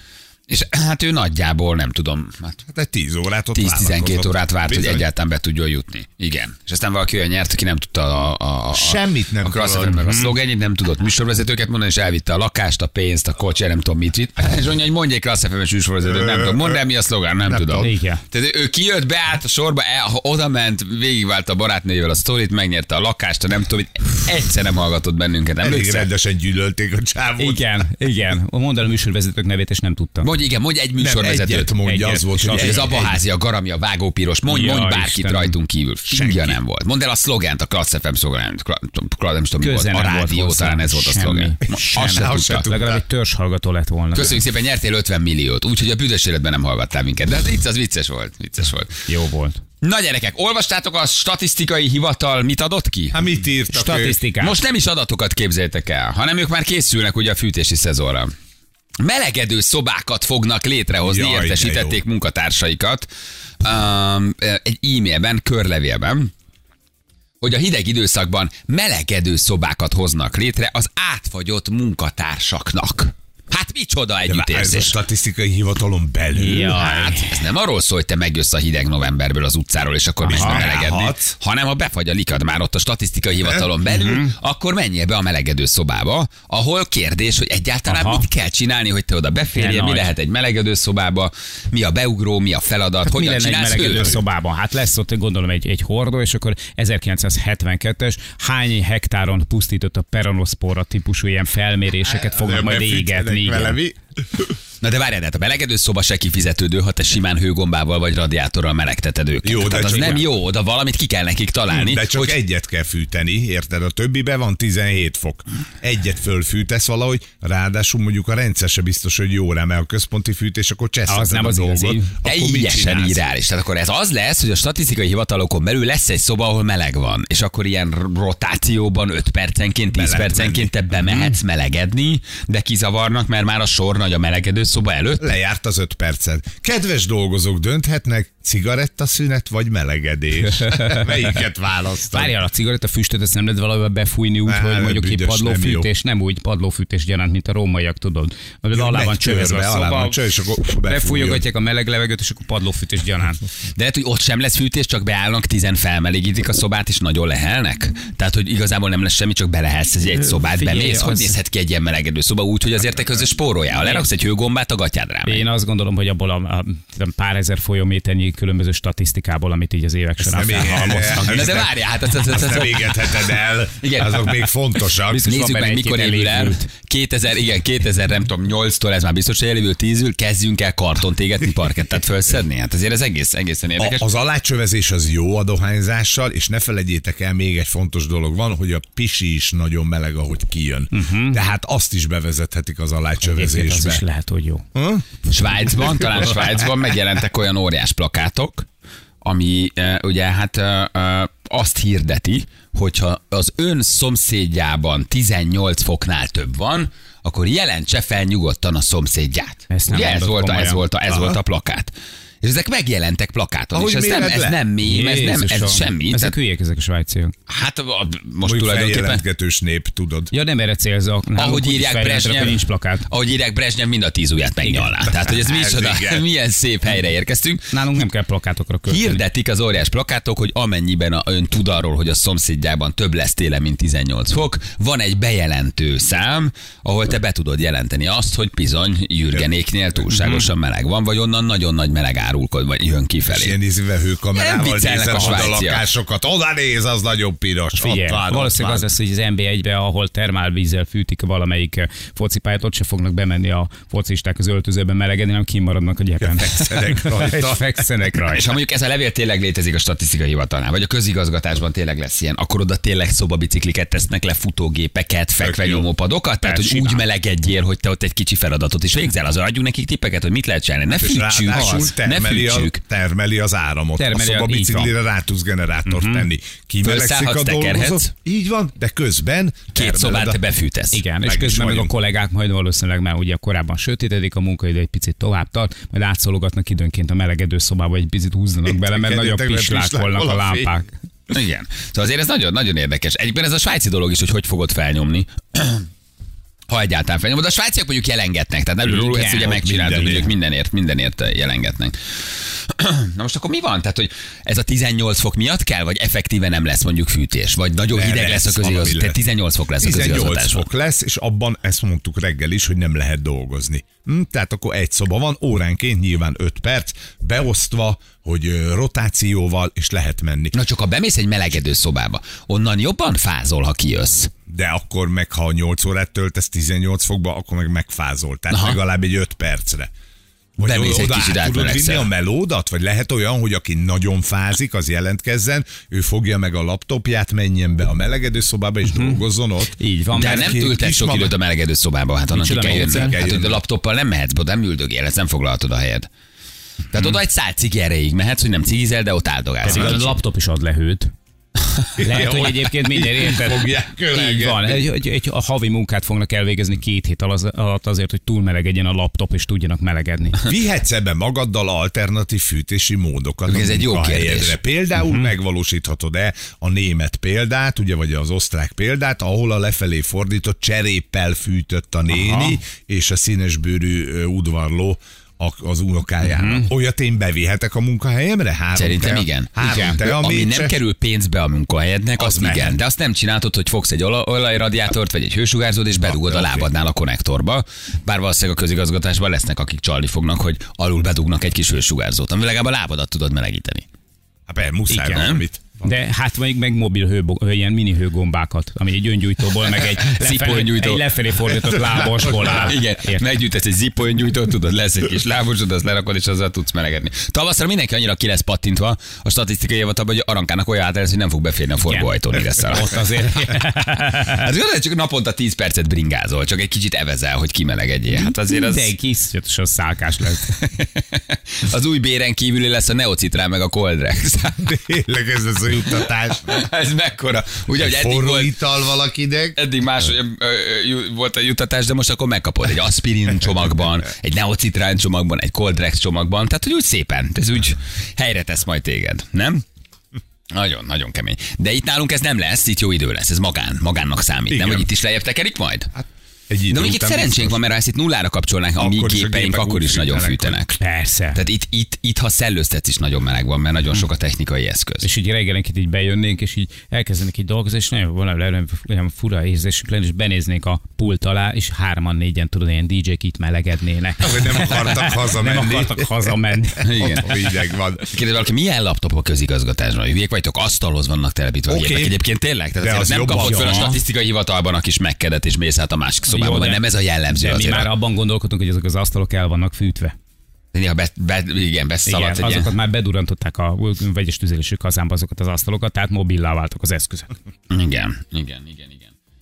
Speaker 2: És hát ő nagyjából, nem tudom, hát
Speaker 3: Hát egy tíz órát ott
Speaker 2: tíz-tizenkét
Speaker 3: várakozott.
Speaker 2: órát várt,
Speaker 3: Bizony.
Speaker 2: hogy egyáltalán be tudjon jutni. Igen. És aztán valaki olyan nyert, aki nem tudta a, a, a,
Speaker 3: Semmit nem
Speaker 2: a Klassz
Speaker 3: tudod.
Speaker 2: ef em meg a szlogenjét, nem tudott műsorvezetőket mondani, és elvitte a lakást, a pénzt, a kocsi, nem tudom mit vitt. És mondja, hogy mondj egy Klassz ef em-es műsorvezetőt, nem tudom. Mondd el, mi a szlogán, nem,
Speaker 3: Nem
Speaker 2: tudom.
Speaker 3: tudom.
Speaker 4: Igen.
Speaker 2: Tehát ő kijött, beállt a sorba, el, oda ment, végigvált a barátnőjével a sztorit, megnyerte a lakást, a nem tudom, mit. Egyszer nem hallgatott bennünket, nem
Speaker 3: Elég
Speaker 2: emlékszel?
Speaker 3: rendesen gyűlölték a csávót.
Speaker 4: Igen, igen. Mondani a műsorvezetők nevét, és nem tudtam.
Speaker 2: Mondj, igen, mondj egy
Speaker 3: Nem,
Speaker 2: műsorvezetőt.
Speaker 3: egyet mondja,
Speaker 4: Egyet.
Speaker 3: az volt,
Speaker 4: És
Speaker 3: hogy
Speaker 2: Hogy
Speaker 3: egy-
Speaker 2: az Abaházi, a Garamja, a Vágópiros, mondj,
Speaker 4: Ja,
Speaker 2: mondj bárkit
Speaker 4: Istenem.
Speaker 2: rajtunk kívül. Fingja nem volt. Mondd el a szlogent, a Klassz ef em szlogent, nem tudom, mi volt.
Speaker 4: Köze
Speaker 2: A
Speaker 4: nem volt
Speaker 2: rádió,
Speaker 4: hozzá.
Speaker 2: talán ez volt a
Speaker 4: Semmi.
Speaker 2: szlogen.
Speaker 4: Semmi.
Speaker 2: Azt se
Speaker 3: Azt se
Speaker 2: tudta.
Speaker 3: tudta.
Speaker 4: Legalább egy törzshallgató lett volna.
Speaker 2: Köszönjük szépen, nyertél ötven milliót, úgyhogy a büdös életben nem hallgattál minket. De az vicc, az vicces volt. Vicces volt.
Speaker 4: Jó volt.
Speaker 2: Na gyerekek, olvastátok a statisztikai hivatal mit adott ki?
Speaker 3: Hát mit írtak ők?
Speaker 4: Statisztikát.
Speaker 2: Most nem is adatokat képzeljétek el, hanem ők már készülnek ugye a fűtési szezonra. Melegedő szobákat fognak létrehozni,
Speaker 3: Jaj, de
Speaker 2: értesítették munkatársaikat um, egy e-mailben, körlevélben, hogy a hideg időszakban melegedő szobákat hoznak létre az átfagyott munkatársaknak. Hát micsoda
Speaker 3: De várj, ez a
Speaker 2: együttérzés.
Speaker 3: statisztikai hivatalon belül.
Speaker 4: Ja.
Speaker 2: Hát, ez nem arról szól, hogy te megjössz a hideg novemberből az utcáról, és akkor mész be
Speaker 3: Aha,
Speaker 2: melegedni,
Speaker 3: elhatsz.
Speaker 2: hanem ha befagy a likad már ott a statisztikai hivatalon belül, akkor menjél be a melegedő szobába, ahol kérdés, hogy egyáltalán
Speaker 4: Aha.
Speaker 2: mit kell csinálni, hogy te oda beférjél,
Speaker 4: De
Speaker 2: mi
Speaker 4: nagy.
Speaker 2: lehet egy melegedő szobába, mi a beugró, mi a feladat,
Speaker 4: Hát mi
Speaker 2: hogyan
Speaker 4: lenne egy
Speaker 2: csinálsz
Speaker 4: melegedő
Speaker 2: őt?
Speaker 4: szobában? Hát lesz ott, gondolom, egy, egy hordó, és akkor ezerkilencszázhetvenkettes hány hektáron pusztított a peronoszpora típusú ilyen felméréseket fognak majd égetni.
Speaker 3: Vele
Speaker 4: Igen.
Speaker 3: mi?
Speaker 2: Na de várjál, de hát a melegedő szoba se kifizetődő, ha te simán hőgombával vagy radiátorral melegteted őket.
Speaker 3: Jó, de
Speaker 2: Tehát az
Speaker 3: csak-
Speaker 2: nem jó, de valamit ki kell nekik találni.
Speaker 3: De csak
Speaker 2: hogy
Speaker 3: egyet kell fűteni, érted? A többiben van tizenhét fok. Egyet fölfűtesz valahogy, ráadásul mondjuk a rendszer se biztos, hogy jó rá, mert a központi fűtés, akkor cseszheted
Speaker 4: Az nem
Speaker 3: a
Speaker 4: az
Speaker 3: dolgot.
Speaker 4: igazi.
Speaker 3: Akkor mit
Speaker 2: teljesen
Speaker 3: csinálsz?
Speaker 2: irreális. Tehát akkor ez az lesz, hogy a statisztikai hivatalokon belül lesz egy szoba, ahol meleg van, és akkor ilyen rotációban öt percenként, tíz
Speaker 3: Be lehet
Speaker 2: percenként te bemehetsz melegedni, de kizavarnak, mert már a sor nagy a melegedő szoba előtt.
Speaker 3: Lejárt az öt percet. Kedves dolgozók dönthetnek, cigarettaszünet vagy melegedés. Melyiket választod?
Speaker 4: Várjál, a cigaretta füstöt, ezt nem lehet valahol befújni úgy,
Speaker 3: Ne,
Speaker 4: hogy mondjuk egy
Speaker 3: büdös,
Speaker 4: padlófűtés, nem, nem úgy padlófűtés gyanánt, mint a rómaiak, tudod. Hogy
Speaker 3: Jó,
Speaker 4: alá van
Speaker 3: megy
Speaker 4: csövezve
Speaker 3: körbe,
Speaker 4: a
Speaker 3: alá
Speaker 4: szoba,
Speaker 3: van csöv, és akkor befújja.
Speaker 4: befújogatják a meleg levegőt, és akkor padlófűtés gyanánt.
Speaker 2: De lehet, hogy ott sem lesz fűtés, csak beállnak, tizen felmelegítik a szobát, és nagyon lehelnek. Tehát, hogy igazából nem lesz semmi, csak belehelsz egy egy szobát,
Speaker 4: Figyelj,
Speaker 2: bemész. Hogy
Speaker 4: az-
Speaker 2: nézhet ki egy ilyen melegedő szoba úgy, hogy azért te közös spóroljál. Ha leraksz egy hőgombát, a gatyádra megy.
Speaker 4: Én azt gondolom, hogy abból a, a, a pár ezer folyóméternyi különböző statisztikából, amit így az évek során
Speaker 3: nem éget-
Speaker 4: felhalmoztak.
Speaker 2: Na
Speaker 3: Ezt
Speaker 2: de
Speaker 3: nem-
Speaker 2: várjál, hát az, az, az,
Speaker 3: Azt nem
Speaker 2: az,
Speaker 3: égetheted el,
Speaker 2: Igen.
Speaker 3: azok még fontosak.
Speaker 4: Biztos van
Speaker 2: Nézzük
Speaker 4: benne
Speaker 2: meg,
Speaker 4: egy-két
Speaker 2: mikor évül el.
Speaker 4: elévült.
Speaker 2: kétezer, igen, kétezer, nem tudom, nyolctól ez már biztos, hogy elévül tízül, kezdjünk el kartont égetni, parkettát fölszedni. Hát azért ez egész, egészen érdekes.
Speaker 3: A, az alácsövezés az jó a dohányzással, és ne felejtjétek el, még egy fontos dolog van, hogy a pisi is nagyon meleg, ahogy kijön. Uh-huh. Tehát azt is bevezethetik az
Speaker 4: Egyébként az
Speaker 3: alácsövezésbe.
Speaker 4: is lehet, hogy jó.
Speaker 2: Svájcban, talán Svájcban megjelentek olyan óriás plakátok, ami e, ugye hát e, e, azt hirdeti, hogyha az ön szomszédjában tizennyolc foknál több van, akkor jelentse fel nyugodtan a szomszédját.
Speaker 4: Ezt nem
Speaker 2: Ugye ez
Speaker 4: mondod
Speaker 2: volt, a, ez,
Speaker 4: komolyan.
Speaker 2: volt a, ez
Speaker 3: Aha.
Speaker 2: volt a plakát. És ezek megjelentek plakáton,
Speaker 3: Ahogy
Speaker 2: és ez nem,
Speaker 3: méred
Speaker 2: ez
Speaker 3: le?
Speaker 2: nem mém, ez nem, ez
Speaker 4: Jézusom.
Speaker 2: semmi.
Speaker 4: Ezek
Speaker 2: Tehát,
Speaker 4: hülyék, ezek a svájciak.
Speaker 2: hát a- most
Speaker 3: Mondjuk
Speaker 2: tulajdonképpen...
Speaker 3: feljelentgetős nép, tudod.
Speaker 4: Ja, nem erre célzak. Nálunk
Speaker 2: Ahogy
Speaker 4: úgyis
Speaker 2: írják
Speaker 4: feljelentenek,
Speaker 2: Brezsnyev,
Speaker 4: hogy nincs plakát.
Speaker 2: ahogy írják Brezsnyev, mind a tíz ujját megnyalná. Tehát, hogy ez micsoda,
Speaker 3: Ez igen.
Speaker 2: milyen szép helyre érkeztünk.
Speaker 4: Nálunk nem kell plakátokra költeni.
Speaker 2: Hirdetik az óriás plakátok, hogy amennyiben a, ön tud arról, hogy a szomszédjában több lesz télen, mint tizennyolc fok, van egy bejelentő szám, ahol te be tudod jelenteni azt, hogy bizony Jürgenéknél túlságosan meleg van, vagy onnan nagyon nagy meleg árulkod, vagy jön
Speaker 3: És
Speaker 2: kifelé.
Speaker 3: ilyen ízve
Speaker 2: Nem
Speaker 3: hőkamerával
Speaker 2: viccelnek
Speaker 3: nézed
Speaker 2: a
Speaker 3: a
Speaker 2: svájciak.
Speaker 3: lakásokat. Oda néz, az nagyon piros.
Speaker 4: Figyelj,
Speaker 3: ott van, ott
Speaker 4: valószínűleg az
Speaker 3: van.
Speaker 4: lesz, hogy az en bé egybe, ahol termálvízzel fűtik valamelyik eh, focipályát, ott se fognak bemenni a focisták az öltözőben melegedni, hanem kimaradnak a gyepen.
Speaker 3: Fekszenek rajta.
Speaker 4: És fekszenek rajta.
Speaker 2: És ha mondjuk ez a levél tényleg létezik a statisztikai hivatalnál, vagy a közigazgatásban tényleg lesz ilyen, akkor oda tényleg szobabicikliket tesznek le, futógépeket, fekvenyomópadokat, tehát hogy
Speaker 4: simán.
Speaker 2: úgy melegedjél, hogy te ott egy kicsi feladatot is végzel, az adjunk nekik tippeket, hogy mit lehet csinálni. Ne
Speaker 3: És
Speaker 2: fűtsük,
Speaker 3: ráadásul
Speaker 2: az, ne
Speaker 3: termeli a,
Speaker 2: fűtsük.
Speaker 3: termeli az áramot.
Speaker 4: Termeli
Speaker 3: a
Speaker 4: a-
Speaker 3: szobabiciklire rá tudsz generátort
Speaker 2: Mhm.
Speaker 3: tenni. Kimelegszik a
Speaker 2: Felszállhatsz,
Speaker 3: dolgozó.
Speaker 2: tekerhetsz.
Speaker 3: Így van, de közben
Speaker 2: Két
Speaker 3: termeled
Speaker 2: szobát
Speaker 3: a-
Speaker 2: te befűtesz.
Speaker 4: Igen,
Speaker 3: Meg
Speaker 4: és
Speaker 3: is
Speaker 4: közben meg a
Speaker 3: vagyunk.
Speaker 4: kollégák majd valószínűleg már ugye korábban sötétedik, a munkaidő egy picit tovább tart, majd átszologatnak időnként a melegedő szobába, egy picit húzzanak bele, mert nagyon
Speaker 3: Tegyetek, mert
Speaker 4: pislákolnak a
Speaker 3: pislákol a fény.
Speaker 4: lámpák.
Speaker 2: Igen. Szóval azért ez nagyon, nagyon érdekes. Egyébként ez a svájci dolog is, hogy hogy fogod felnyomni. Ha egyáltalán felnyomod. A svájciak mondjuk jelengetnek, tehát előről ezt ugye megcsináltuk, hogy ők mindenért, mindenért jelengetnek. Na most akkor mi van? Tehát, hogy ez a tizennyolc fok miatt kell, vagy effektíve nem lesz mondjuk fűtés? Vagy nagyon
Speaker 3: De
Speaker 2: hideg lesz a közigazgatás? Tehát tizennyolc fok lesz a
Speaker 3: tizennyolc
Speaker 2: közigazgatásban.
Speaker 3: fok lesz, és abban ezt mondtuk reggel is, hogy nem lehet dolgozni. Hm, tehát akkor egy szoba van, óránként nyilván öt perc, beosztva, hogy ö, rotációval, és lehet menni.
Speaker 2: Na csak ha bemész egy melegedő szobába, onnan jobban fázol, ha kijössz.
Speaker 3: De akkor meg, ha nyolc órát töltesz tizennyolc fokba, akkor meg megfázol. Tehát
Speaker 2: Aha.
Speaker 3: legalább egy öt percre. Vagy
Speaker 2: Bemész egy
Speaker 3: oda
Speaker 2: kicsit
Speaker 3: át tudod vinni
Speaker 2: átmelegszel.
Speaker 3: a melódat? Vagy lehet olyan, hogy aki nagyon fázik, az jelentkezzen, ő fogja meg a laptopját, menjen be a melegedő szobába, és uh-huh. dolgozzon ott.
Speaker 4: Így van.
Speaker 2: De
Speaker 4: mert
Speaker 2: nem
Speaker 3: ki-
Speaker 2: tültesz sok
Speaker 3: kismama-
Speaker 2: időt a melegedő szobába, hát annak ki
Speaker 4: Micsoda
Speaker 2: kell jönni.
Speaker 4: módszer?
Speaker 2: Hát, hogy
Speaker 3: Kell
Speaker 2: a laptoppal nem mehetsz, oda nem üldögélhetsz, nem foglalhatod a helyed. Tehát oda egy szál cigi erejéig mehetsz, hogy nem cigizel, de ott áldogálsz.
Speaker 4: Pedig a
Speaker 2: Kicsit.
Speaker 4: laptop is ad lehőt. Lehet, hogy egyébként minden érted.
Speaker 3: Fogják
Speaker 4: Így
Speaker 3: kölegetni.
Speaker 4: van. Egy, egy, egy, a havi munkát fognak elvégezni két hét alatt azért, hogy túl melegedjen a laptop, és tudjanak melegedni.
Speaker 3: Vihetsz ebbe magaddal alternatív fűtési módokat?
Speaker 2: Ez
Speaker 3: a
Speaker 2: egy jó
Speaker 3: munkahelyedre?
Speaker 2: kérdés.
Speaker 3: Például uh-huh. megvalósíthatod-e a német példát, ugye, vagy az osztrák példát, ahol a lefelé fordított cseréppel fűtött a néni,
Speaker 4: Aha.
Speaker 3: és a színesbőrű ö, udvarló a- az unokájának. Uh-huh. Olyat én bevihetek a munkahelyemre? Három
Speaker 2: Szerintem
Speaker 3: tea,
Speaker 2: igen.
Speaker 3: Három
Speaker 2: igen.
Speaker 3: tea,
Speaker 2: Ami
Speaker 3: mécse.
Speaker 2: nem kerül pénzbe a munkahelyednek, az,
Speaker 3: Az
Speaker 2: az igen.
Speaker 3: mehet.
Speaker 2: De azt nem csináltod, hogy fogsz egy ola- olajradiátort, vagy egy hősugárzót, és bedugod a
Speaker 3: oké.
Speaker 2: lábadnál a konnektorba. Bár valószínűleg a közigazgatásban lesznek, akik csalni fognak, hogy alul bedugnak egy kis hősugárzót, ami legalább a lábadat tudod melegíteni.
Speaker 3: Hát persze, muszáj
Speaker 4: Igen.
Speaker 3: valamit.
Speaker 4: De hát még meg mobil hő, ilyen mini hőgombákat, ami egy öngyújtóból, meg egy lefelé,
Speaker 2: Zipolyongyújtó.
Speaker 4: egy lefelé fordított lábasból áll.
Speaker 2: Igen,
Speaker 4: Érted?
Speaker 2: meggyűjtesz egy zipolyongyújtót, tudod, lesz egy kis lábosod, azt lerakod, és azzal tudsz melegedni. Tavaszra mindenki annyira ki lesz pattintva a statisztikai hivatalban, hogy Arankának olyan át lesz, hogy nem fog beférni a forgóajtón érezzel.
Speaker 4: Ott azért.
Speaker 2: Hát gondolod, csak naponta tíz percet bringázol, csak egy kicsit evezel, hogy kimelegedjél. Hát azért az...
Speaker 4: De egy iszonyatosan szálkás lesz.
Speaker 2: Az új béren kívüli lesz a neocitrán meg a Coldrex.
Speaker 3: Tényleg ez az a juttatás.
Speaker 2: Ez mekkora. Ugye, hogy eddig
Speaker 3: Forró
Speaker 2: volt,
Speaker 3: ital valakinek.
Speaker 2: eddig más ö, ö, ö, volt a juttatás, de most akkor megkapod egy aspirin csomagban, egy neocitrán csomagban, egy Coldrex csomagban, tehát hogy úgy szépen, ez úgy helyre tesz majd téged, nem? Nagyon, nagyon kemény. De itt nálunk ez nem lesz, itt jó idő lesz, ez magán, magánnak számít,
Speaker 3: Igen.
Speaker 2: nem? Hogy itt is lejjebb tekerik majd?
Speaker 3: Egy idő
Speaker 2: De még itt
Speaker 3: után
Speaker 2: szerencsénk
Speaker 3: biztos.
Speaker 2: van, mert ha ezt itt nullára kapcsolnánk, a mi
Speaker 3: Akkor is a
Speaker 2: gépeink,
Speaker 3: gépek
Speaker 2: akkor
Speaker 3: úgy
Speaker 2: is nagyon
Speaker 3: fűtenek,
Speaker 2: fűtenek.
Speaker 4: Persze.
Speaker 2: Tehát itt, itt, itt, ha szellőztetsz is nagyon meleg van, mert nagyon sok a technikai eszköz.
Speaker 4: És így reggelenként így bejönnénk, és így elkezdenek így dolgozni, és nagyon valami olyan fura érzésük lenne, és benéznénk a pult alá, és hárman, négyen, tudod, ilyen dé jék itt melegednének.
Speaker 3: Hogy nem akartak hazamenni.
Speaker 4: Nem akartak hazamenni.
Speaker 2: Igen.
Speaker 3: Ott hideg van.
Speaker 2: Kérdez valaki, milyen laptop a közigazgatásban? Hülyék vagytok, asztalhoz vannak telepítve.
Speaker 3: Oké.
Speaker 2: Okay. Egyébként tényleg? Tehát
Speaker 3: De
Speaker 2: azért
Speaker 3: az
Speaker 2: nem
Speaker 3: jobban
Speaker 2: kapod föl a
Speaker 4: van.
Speaker 2: statisztikai hivatalban a kis megkedet, és mész át a másik szobába,
Speaker 4: Jó,
Speaker 2: mert
Speaker 4: de-
Speaker 2: nem ez a jellemző
Speaker 4: De mi
Speaker 2: azért.
Speaker 4: már abban gondolkodunk, hogy azok az asztalok el vannak fűtve.
Speaker 2: Néha be, be, igen, beszaladt
Speaker 4: Igen,
Speaker 2: egy
Speaker 4: azokat
Speaker 2: ilyen.
Speaker 4: már bedurantották a vegyes tüzelésű kazánba azokat az asztalokat, tehát mobillá váltak az eszközök.
Speaker 2: Igen, igen, igen, igen.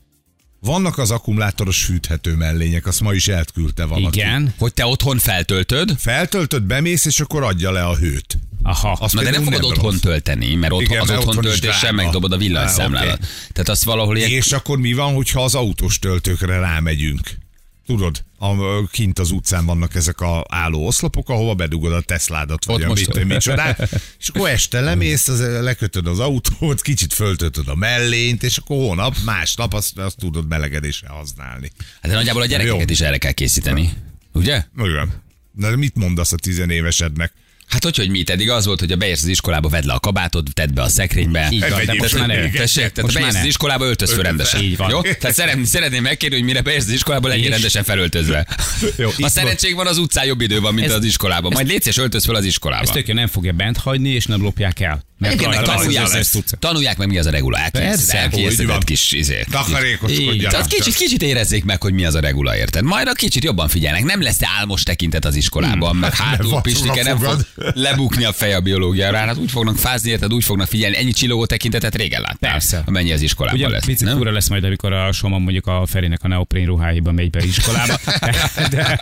Speaker 3: Vannak az akkumulátoros fűthető mellények, azt ma is elküldte valaki.
Speaker 4: Igen.
Speaker 2: Hogy te otthon feltöltöd,
Speaker 3: Feltöltöd, bemész, és akkor adja le a hőt.
Speaker 4: Aha.
Speaker 3: Azt
Speaker 2: na de nem
Speaker 3: például
Speaker 2: fogod
Speaker 3: nem
Speaker 2: otthon
Speaker 3: rossz.
Speaker 2: tölteni, mert otthon,
Speaker 3: Igen,
Speaker 2: az
Speaker 3: mert
Speaker 2: otthon
Speaker 3: otthon is
Speaker 2: töltéssel
Speaker 3: drága.
Speaker 2: megdobod a
Speaker 3: Á,
Speaker 2: villanyszámládat.
Speaker 3: oké.
Speaker 2: Tehát azt valahol ilyen...
Speaker 3: És akkor mi van, hogyha az autós töltőkre rámegyünk? Tudod, a, kint az utcán vannak ezek a álló oszlopok, ahova bedugod a Tesládat, vagy
Speaker 2: Ott
Speaker 3: a
Speaker 2: most-
Speaker 3: mit, tudom, micsodát, és akkor este lemész, az, lekötöd az autót, kicsit föltöltöd a mellényt, és akkor hónap, másnap azt, azt tudod melegedésre használni.
Speaker 2: Hát de nagyjából a gyerekeket
Speaker 3: Jó.
Speaker 2: is erre kell készíteni. Ugye?
Speaker 3: Igen. De mit mondasz a tizenévesednek?
Speaker 2: Hát hogy, hogy mit? Eddig az volt, hogy a beérsz az iskolába, vedd le a kabátod, tedd be a szekrénybe.
Speaker 4: Így van, de
Speaker 3: Vegyél
Speaker 4: most
Speaker 3: fel,
Speaker 4: már nem.
Speaker 3: igen.
Speaker 2: Tessék, tehát
Speaker 4: Most
Speaker 2: ha
Speaker 4: már
Speaker 2: beérsz az
Speaker 4: ne.
Speaker 2: iskolába, öltöz föl rendesen.
Speaker 4: Így van.
Speaker 2: Jó? Tehát szeretném, szeretném megkérni, hogy mire beérsz az iskolába, legyél
Speaker 4: És?
Speaker 2: rendesen felöltözve.
Speaker 3: Jó,
Speaker 2: Ha
Speaker 3: itt
Speaker 2: szerencség van, az utcán jobb idő van, mint
Speaker 4: Ez-
Speaker 2: az iskolában. Majd légy szíves, öltöz föl az
Speaker 4: Ez
Speaker 2: iskolába.
Speaker 4: tök jó, nem fogja bent hagyni, és nem lopják el. Mert
Speaker 2: Egyébként meg
Speaker 4: rajta lesz
Speaker 2: tanulják,
Speaker 4: az összes cucca.
Speaker 2: tanulják meg, mi az a regula. Elkészített,
Speaker 4: Persze,
Speaker 3: úgy
Speaker 2: elkészített
Speaker 3: van.
Speaker 2: kis izé.
Speaker 3: Takarékoskodjanak.
Speaker 2: Tehát kicsit, kicsit érezzék meg, hogy mi az a regula, érted? Majd a kicsit jobban figyelnek. Nem lesz álmos tekintet az iskolában, meg hátul
Speaker 3: vacsora
Speaker 2: Pistike nem fog
Speaker 3: fogad.
Speaker 2: lebukni a feje a biológiára. Hát úgy fognak fázni, érted? Úgy fognak figyelni. Ennyi csillogó tekintetet régen láttál.
Speaker 4: Persze.
Speaker 2: Ha mennyi az iskolában
Speaker 4: Ugye
Speaker 2: lesz.
Speaker 4: picit
Speaker 2: nem?
Speaker 4: fura lesz majd, amikor a Soma mondjuk a Ferinek a neoprén ruháiba megy be iskolába. De...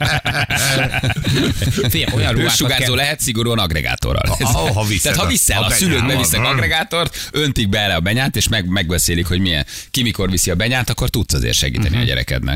Speaker 4: Fia, olyan ruhákat
Speaker 2: Hősugárzó
Speaker 4: kell...
Speaker 2: lehet szigorúan agregátorral.
Speaker 3: Ha- ha viszed
Speaker 2: Tehát ha
Speaker 3: a-
Speaker 2: viszel,
Speaker 3: a
Speaker 2: a szülők
Speaker 3: benyával.
Speaker 2: bevisznek
Speaker 3: Mhm.
Speaker 2: agregátort, öntik bele a benyát, és meg, megbeszélik, hogy milyen, ki mikor viszi a benyát, akkor tudsz azért segíteni a gyerekednek.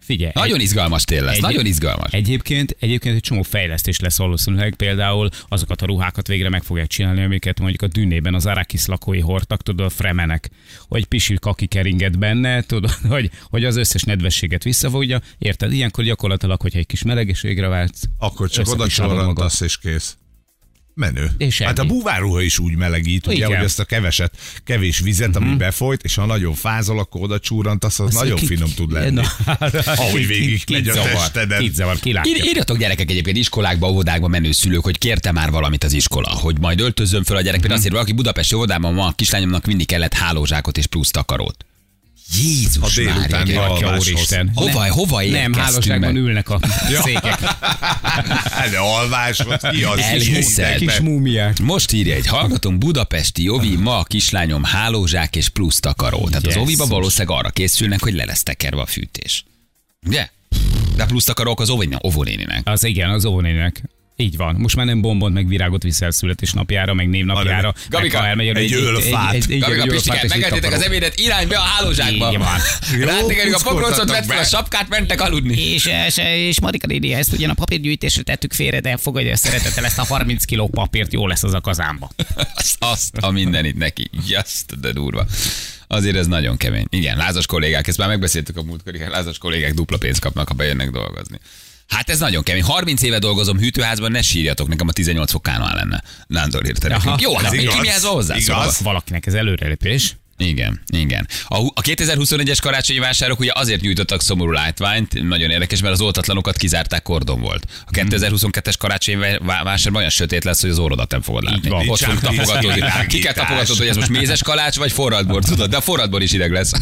Speaker 4: Figyelj.
Speaker 2: Nagyon izgalmas tél lesz,
Speaker 4: Egy-
Speaker 2: nagyon izgalmas.
Speaker 4: Egyébként, egyébként egy csomó fejlesztés lesz valószínűleg, például azokat a ruhákat végre meg fogják csinálni, amiket mondjuk a Dűnében az Arrakis lakói hordtak, tudod, a fremenek, hogy pisil kaki keringet benne, tudod, hogy, hogy az összes nedvességet visszafogja, érted? Ilyenkor gyakorlatilag, hogyha egy kis melegeségre váltsz,
Speaker 3: Akkor csak oda
Speaker 4: összepisilod magad.
Speaker 3: csorrantasz és kész. Menő.
Speaker 4: És
Speaker 3: hát a
Speaker 4: ennyi.
Speaker 3: búvárruha is úgy melegít, ugye,
Speaker 4: Igen.
Speaker 3: hogy ezt a keveset, kevés vizet, ami
Speaker 4: Mhm.
Speaker 3: befolyt, és ha nagyon fázol, akkor oda csúrantasz, az nagyon
Speaker 4: ki-
Speaker 3: finom tud lenni.
Speaker 4: Na,
Speaker 3: Ahogy végig
Speaker 4: ki-
Speaker 3: megy
Speaker 4: ki
Speaker 3: a
Speaker 4: zavar,
Speaker 3: testeden.
Speaker 4: ki zavar, ki látja.
Speaker 2: Ír, írjatok gyerekek egyébként iskolákba, óvodákba menő szülők, hogy kérte már valamit az iskola, hogy majd öltözön föl a gyerek. Például azért valaki budapesti óvodában ma a kislányomnak vinni kellett hálózsákot és plusz takarót. Jézus
Speaker 3: A délutáni
Speaker 2: Mária,
Speaker 3: alváshoz.
Speaker 2: Atya úristen. Hova, hova
Speaker 4: Nem,
Speaker 2: érkeztünk
Speaker 4: hálóságban
Speaker 2: meg?
Speaker 4: ülnek a székek.
Speaker 3: De alvás, ott ki az
Speaker 2: Elhiszed.
Speaker 4: Kis múmiák.
Speaker 2: Most írja egy hallgatónk, budapesti Jovi, ma a kislányom hálózsák és plusz takaró. Tehát az
Speaker 4: Jesszus.
Speaker 2: Oviba valószínűleg arra készülnek, hogy le lesz tekerve a fűtés. Ugye? De plusz takarók az óvónéninek. óvónéninek.
Speaker 4: Az igen, az óvónének. Így van. Most már nem bombont, meg virágot viszel születésnapjára, meg névnapjára.
Speaker 3: Hanem-
Speaker 4: meg
Speaker 2: Gabika,
Speaker 4: ha elmegy oda
Speaker 3: egy ölfát.
Speaker 2: Gabika, Pistikát, megettétek az ebédet, irány be a hálózsákba.
Speaker 4: Így van.
Speaker 2: Rátekerjük a pokrócot,
Speaker 3: puszkoltatok
Speaker 2: vett fel
Speaker 3: be.
Speaker 2: a sapkát, mentek aludni.
Speaker 5: És, és, és Marika néni, ezt ugyan a papírgyűjtésre tettük félre, de fogadja szeretettel ezt a harminc kiló papírt, jó lesz az a kazánba.
Speaker 2: Azt, azt a mindenit neki. Just, de durva. Azért ez nagyon kemény. Igen, lázas kollégák, ezt már megbeszéltük a múltkor, igen, lázas kollégák dupla pénzt kapnak, ha bejönnek dolgozni. Hát ez nagyon kemény. harminc éve dolgozom hűtőházban, ne sírjatok, nekem a tizennyolc fok kánál lenne. Nándor írta nekünk.
Speaker 4: Aha,
Speaker 2: Jó,
Speaker 3: ez
Speaker 2: hát még
Speaker 3: igaz,
Speaker 2: kimiázva hozzá.
Speaker 3: igaz.
Speaker 2: Szóval,
Speaker 4: Valakinek ez előrelépés.
Speaker 2: igen, igen. A, a kétezer-huszonegyes karácsonyi vásárok ugye azért nyújtottak szomorú látványt, nagyon érdekes, mert az oltatlanokat kizárták, kordon volt. A kétezer-huszonkettes karácsonyi vá- vásárban olyan sötét lesz, hogy az orrodat nem fogod látni.
Speaker 4: van.
Speaker 2: Ott fogunk
Speaker 3: Nincs
Speaker 2: tapogatózni.
Speaker 3: világítás.
Speaker 2: Ki kell tapogatod, hogy ez most mézes kalács vagy forradbor, tudod? De a forradbor is ideg lesz.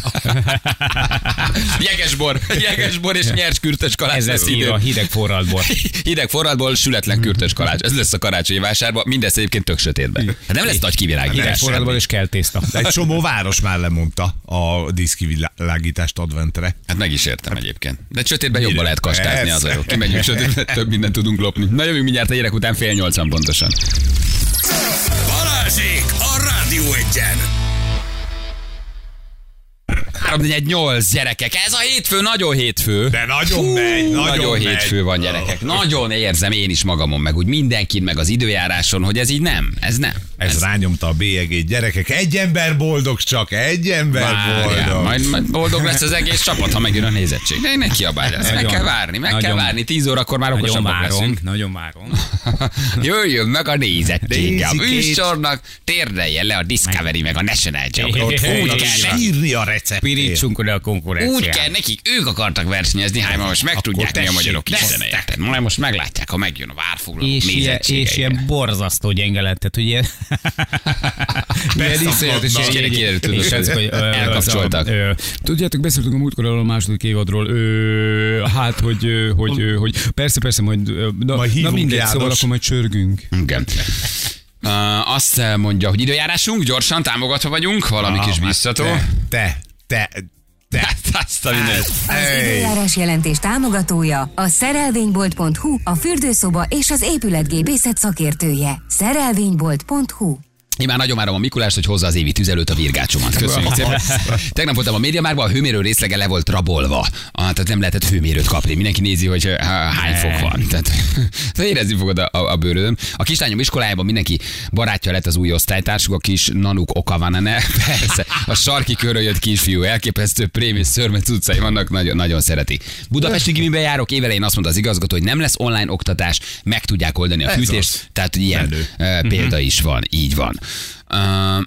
Speaker 2: Jegesbor, jegesbor és nyers kürtös kalács
Speaker 4: Ez lesz
Speaker 2: lesz
Speaker 4: írva,
Speaker 2: idén.
Speaker 4: hideg forradból.
Speaker 2: Hideg forradból, sületlen kürtös kalács. Ez lesz a karácsonyi vásárban, mindez egyébként tök sötétben. Hát nem lesz nagy
Speaker 4: Hideg
Speaker 2: kivilágítás.
Speaker 4: forradból és kell tészta.
Speaker 3: De egy csomó város már lemondta a díszkivilágítást adventre.
Speaker 2: Hát meg is értem egyébként. De sötétben jobban lehet kastázni, az a jó.
Speaker 3: Persze.
Speaker 2: Kimegyünk sötétben, több mindent tudunk lopni. Na jövünk mindjárt a gyerek után fél nyolcan pontosan.
Speaker 1: Balázsék a Rádió Egyen!
Speaker 2: három négy nyolc gyerekek, ez a hétfő, nagyon hétfő.
Speaker 3: De nagyon megy, nagyon,
Speaker 2: Nagyon
Speaker 3: megy.
Speaker 2: hétfő van, gyerekek. Nagyon érzem én is magamon, meg úgy mindenkin, meg az időjáráson, hogy ez így nem. Ez nem.
Speaker 3: Ez rányomta a bélyegét, gyerekek. Egy ember boldog csak, egy ember
Speaker 2: Várjál,
Speaker 3: boldog.
Speaker 2: majd, majd boldog lesz az egész csapat, ha megjön a nézettség. De ne kiabálj, ezt meg
Speaker 4: Nagyon-
Speaker 2: kell várni, meg kell
Speaker 4: nagyon-
Speaker 2: várni. Tíz órakor már
Speaker 4: Nagyon
Speaker 2: okosabbak
Speaker 4: várom,
Speaker 2: leszünk.
Speaker 4: nagyon várom.
Speaker 2: Jöjjön meg a nézettsége. A
Speaker 3: Nézikét.
Speaker 2: műsornak térdeljen le a Discovery meg a National Geographic.
Speaker 4: Hé, hé,
Speaker 2: Úgy
Speaker 4: hé,
Speaker 2: kell
Speaker 4: hé,
Speaker 2: nekik.
Speaker 3: Írni a receptét.
Speaker 4: Pirítsunk oda a konkurenciát.
Speaker 2: Úgy kell nekik, ők akartak versenyezni, hát most megtudják, mi a
Speaker 3: tessék,
Speaker 2: magyarok
Speaker 3: tessék.
Speaker 2: istene, érted? Majd most meglátják, ha megjön a várfoglalók
Speaker 4: És ilyen,
Speaker 2: nézettsége.
Speaker 4: és ilyen borzasztó gyenge lett, tehát ugye... Ilyen iszonyatos,
Speaker 3: Beszakadnak.
Speaker 4: ilyen-
Speaker 2: Kiderült, tudod,
Speaker 4: és ez, hogy, ö,
Speaker 2: elkapcsoltak.
Speaker 4: az a- ö, Tudjátok, beszéltünk a múltkor arról a második évadról, ö, hát, hogy, ö, hogy, ö, hogy persze, persze, majd, ö, na,
Speaker 3: Majd
Speaker 4: na
Speaker 3: hívunk,
Speaker 4: mindegy,
Speaker 3: János.
Speaker 4: szóval akkor majd csörgünk.
Speaker 2: Igen. Uh, azt mondja, hogy időjárásunk, gyorsan támogatva vagyunk, valami kis biztató.
Speaker 3: Te, te, te.
Speaker 2: Hát azt a minden.
Speaker 6: Az
Speaker 3: Hey.
Speaker 6: időjárás jelentés támogatója a szerelvénybolt pont hu, a fürdőszoba és az épületgépészet szakértője. szerelvénybolt pont hu.
Speaker 2: Én már nagyon várom a Mikulást, hogy hozza az évi tüzelőt, a virgácsomat. Köszönjük szépen. Tegnap voltam a Médiamárban, a hőmérő részlege le volt rabolva. Ah, tehát nem lehetett hőmérőt kapni. Mindenki nézi, hogy ah, hány fok van. Tehát érezni fogod a, a, a bőrödön. A kislányom iskolájában mindenki barátja lett az új osztálytársuk, a kis Nanuk Okavanene. Persze, a sarki körről jött kisfiú, elképesztő prém és szörmet utcai vannak, nagyon, nagyon szeretik. Budapesti gimiben járok, évelején azt mondta az igazgató, hogy nem lesz online oktatás, meg tudják oldani a
Speaker 3: Ez
Speaker 2: fűtést.
Speaker 3: az.
Speaker 2: Tehát hogy ilyen
Speaker 3: Menő.
Speaker 2: uh, példa is van, így van. Uh,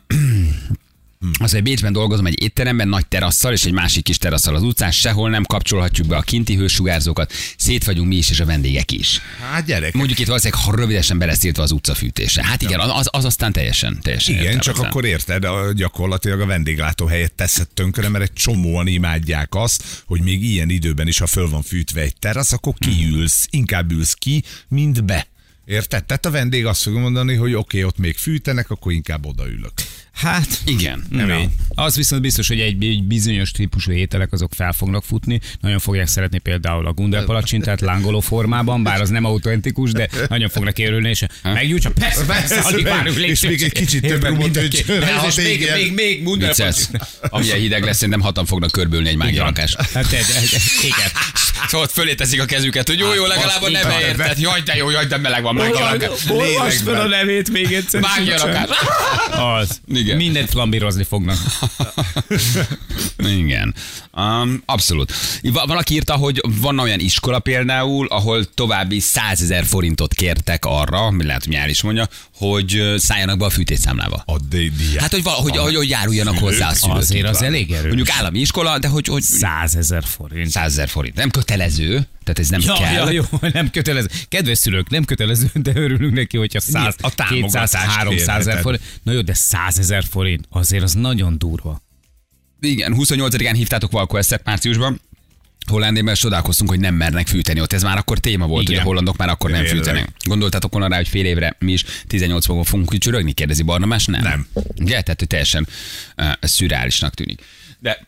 Speaker 2: az, hogy Bécsben dolgozom egy étteremben, nagy terasszal és egy másik kis terasszal az utcán, sehol nem kapcsolhatjuk be a kinti hősugárzókat, szét vagyunk mi is és a vendégek is.
Speaker 3: Hát gyerek.
Speaker 2: Mondjuk itt valószínűleg ha rövidesen beleszéltve az utcafűtése. Hát igen, az, az aztán teljesen, teljesen
Speaker 3: Igen, csak
Speaker 2: értelmetlen.
Speaker 3: akkor érted, a, gyakorlatilag a vendéglátóhelyet teszed tönkre, mert egy csomóan imádják azt, hogy még ilyen időben is, ha föl van fűtve egy terasz, akkor kiülsz, inkább ülsz ki, mint be. Érted? Tehát a vendég azt fogja mondani, hogy oké, okay, ott még fűtenek, akkor inkább odaülök.
Speaker 4: Hát,
Speaker 2: Igen.
Speaker 4: Na, az viszont biztos, hogy egy, egy bizonyos típusú ételek azok fel fognak futni. Nagyon fogják szeretni például a Gundel palacsintát lángoló formában, bár az nem autentikus, de nagyon fognak érülni, és meggyújtsa, persze, persze, alig várunk,
Speaker 3: és még egy kicsit több rumot öntsön.
Speaker 4: Még, még, még Gundel palacsintát.
Speaker 2: Amilyen hideg lesz, szerintem hatan fognak körbülni egy mágia lakást.
Speaker 4: Hát, igen.
Speaker 2: Szóval ott fölé teszik a kezüket, hogy jó, jó, legalább a neve érted. Jaj, de jó, jaj, de meleg van, mágia lakás.
Speaker 4: Olvasd fel a nevét még egyszer.
Speaker 2: Mágia lakás.
Speaker 4: Az. Igen. Mindent flambírozni fognak.
Speaker 2: Igen. Um, abszolút. Valaki írta, hogy van olyan iskola például, ahol további százezer forintot kértek arra, lehet, hogy nyár is mondja, hogy szálljanak be a fűtésszámlába.
Speaker 3: A díjat.
Speaker 2: Hát, hogy, valahogy, hogy, hogy járuljanak hozzá a szülők.
Speaker 4: Azért az elég erős.
Speaker 2: Mondjuk állami iskola, de hogy... hogy
Speaker 4: százezer forint.
Speaker 2: százezer forint. Nem kötelező, tehát ez nem
Speaker 4: ja,
Speaker 2: kell.
Speaker 4: Ja, jó, nem kötelező. Kedves szülők, nem kötelező, de örülünk neki, hogyha száz, kétszáz, háromszázezer forint. Na jó, de százezer forint, azért az nagyon durva.
Speaker 2: Igen, huszonnyolcadikán hívtátok Valko Eszet márciusban. Hollandiában csodálkoztunk, hogy nem mernek fűteni ott. Ez már akkor téma volt, igen, hogy a hollandok már akkor nem fűtenek. Gondoltátok volna rá, hogy fél évre mi is tizennyolc fokon fogunk csörögni? Kérdezi Barnabás? Nem.
Speaker 3: Nem.
Speaker 2: Ugye? Tehát, hogy teljesen uh, szürreálisnak tűnik. De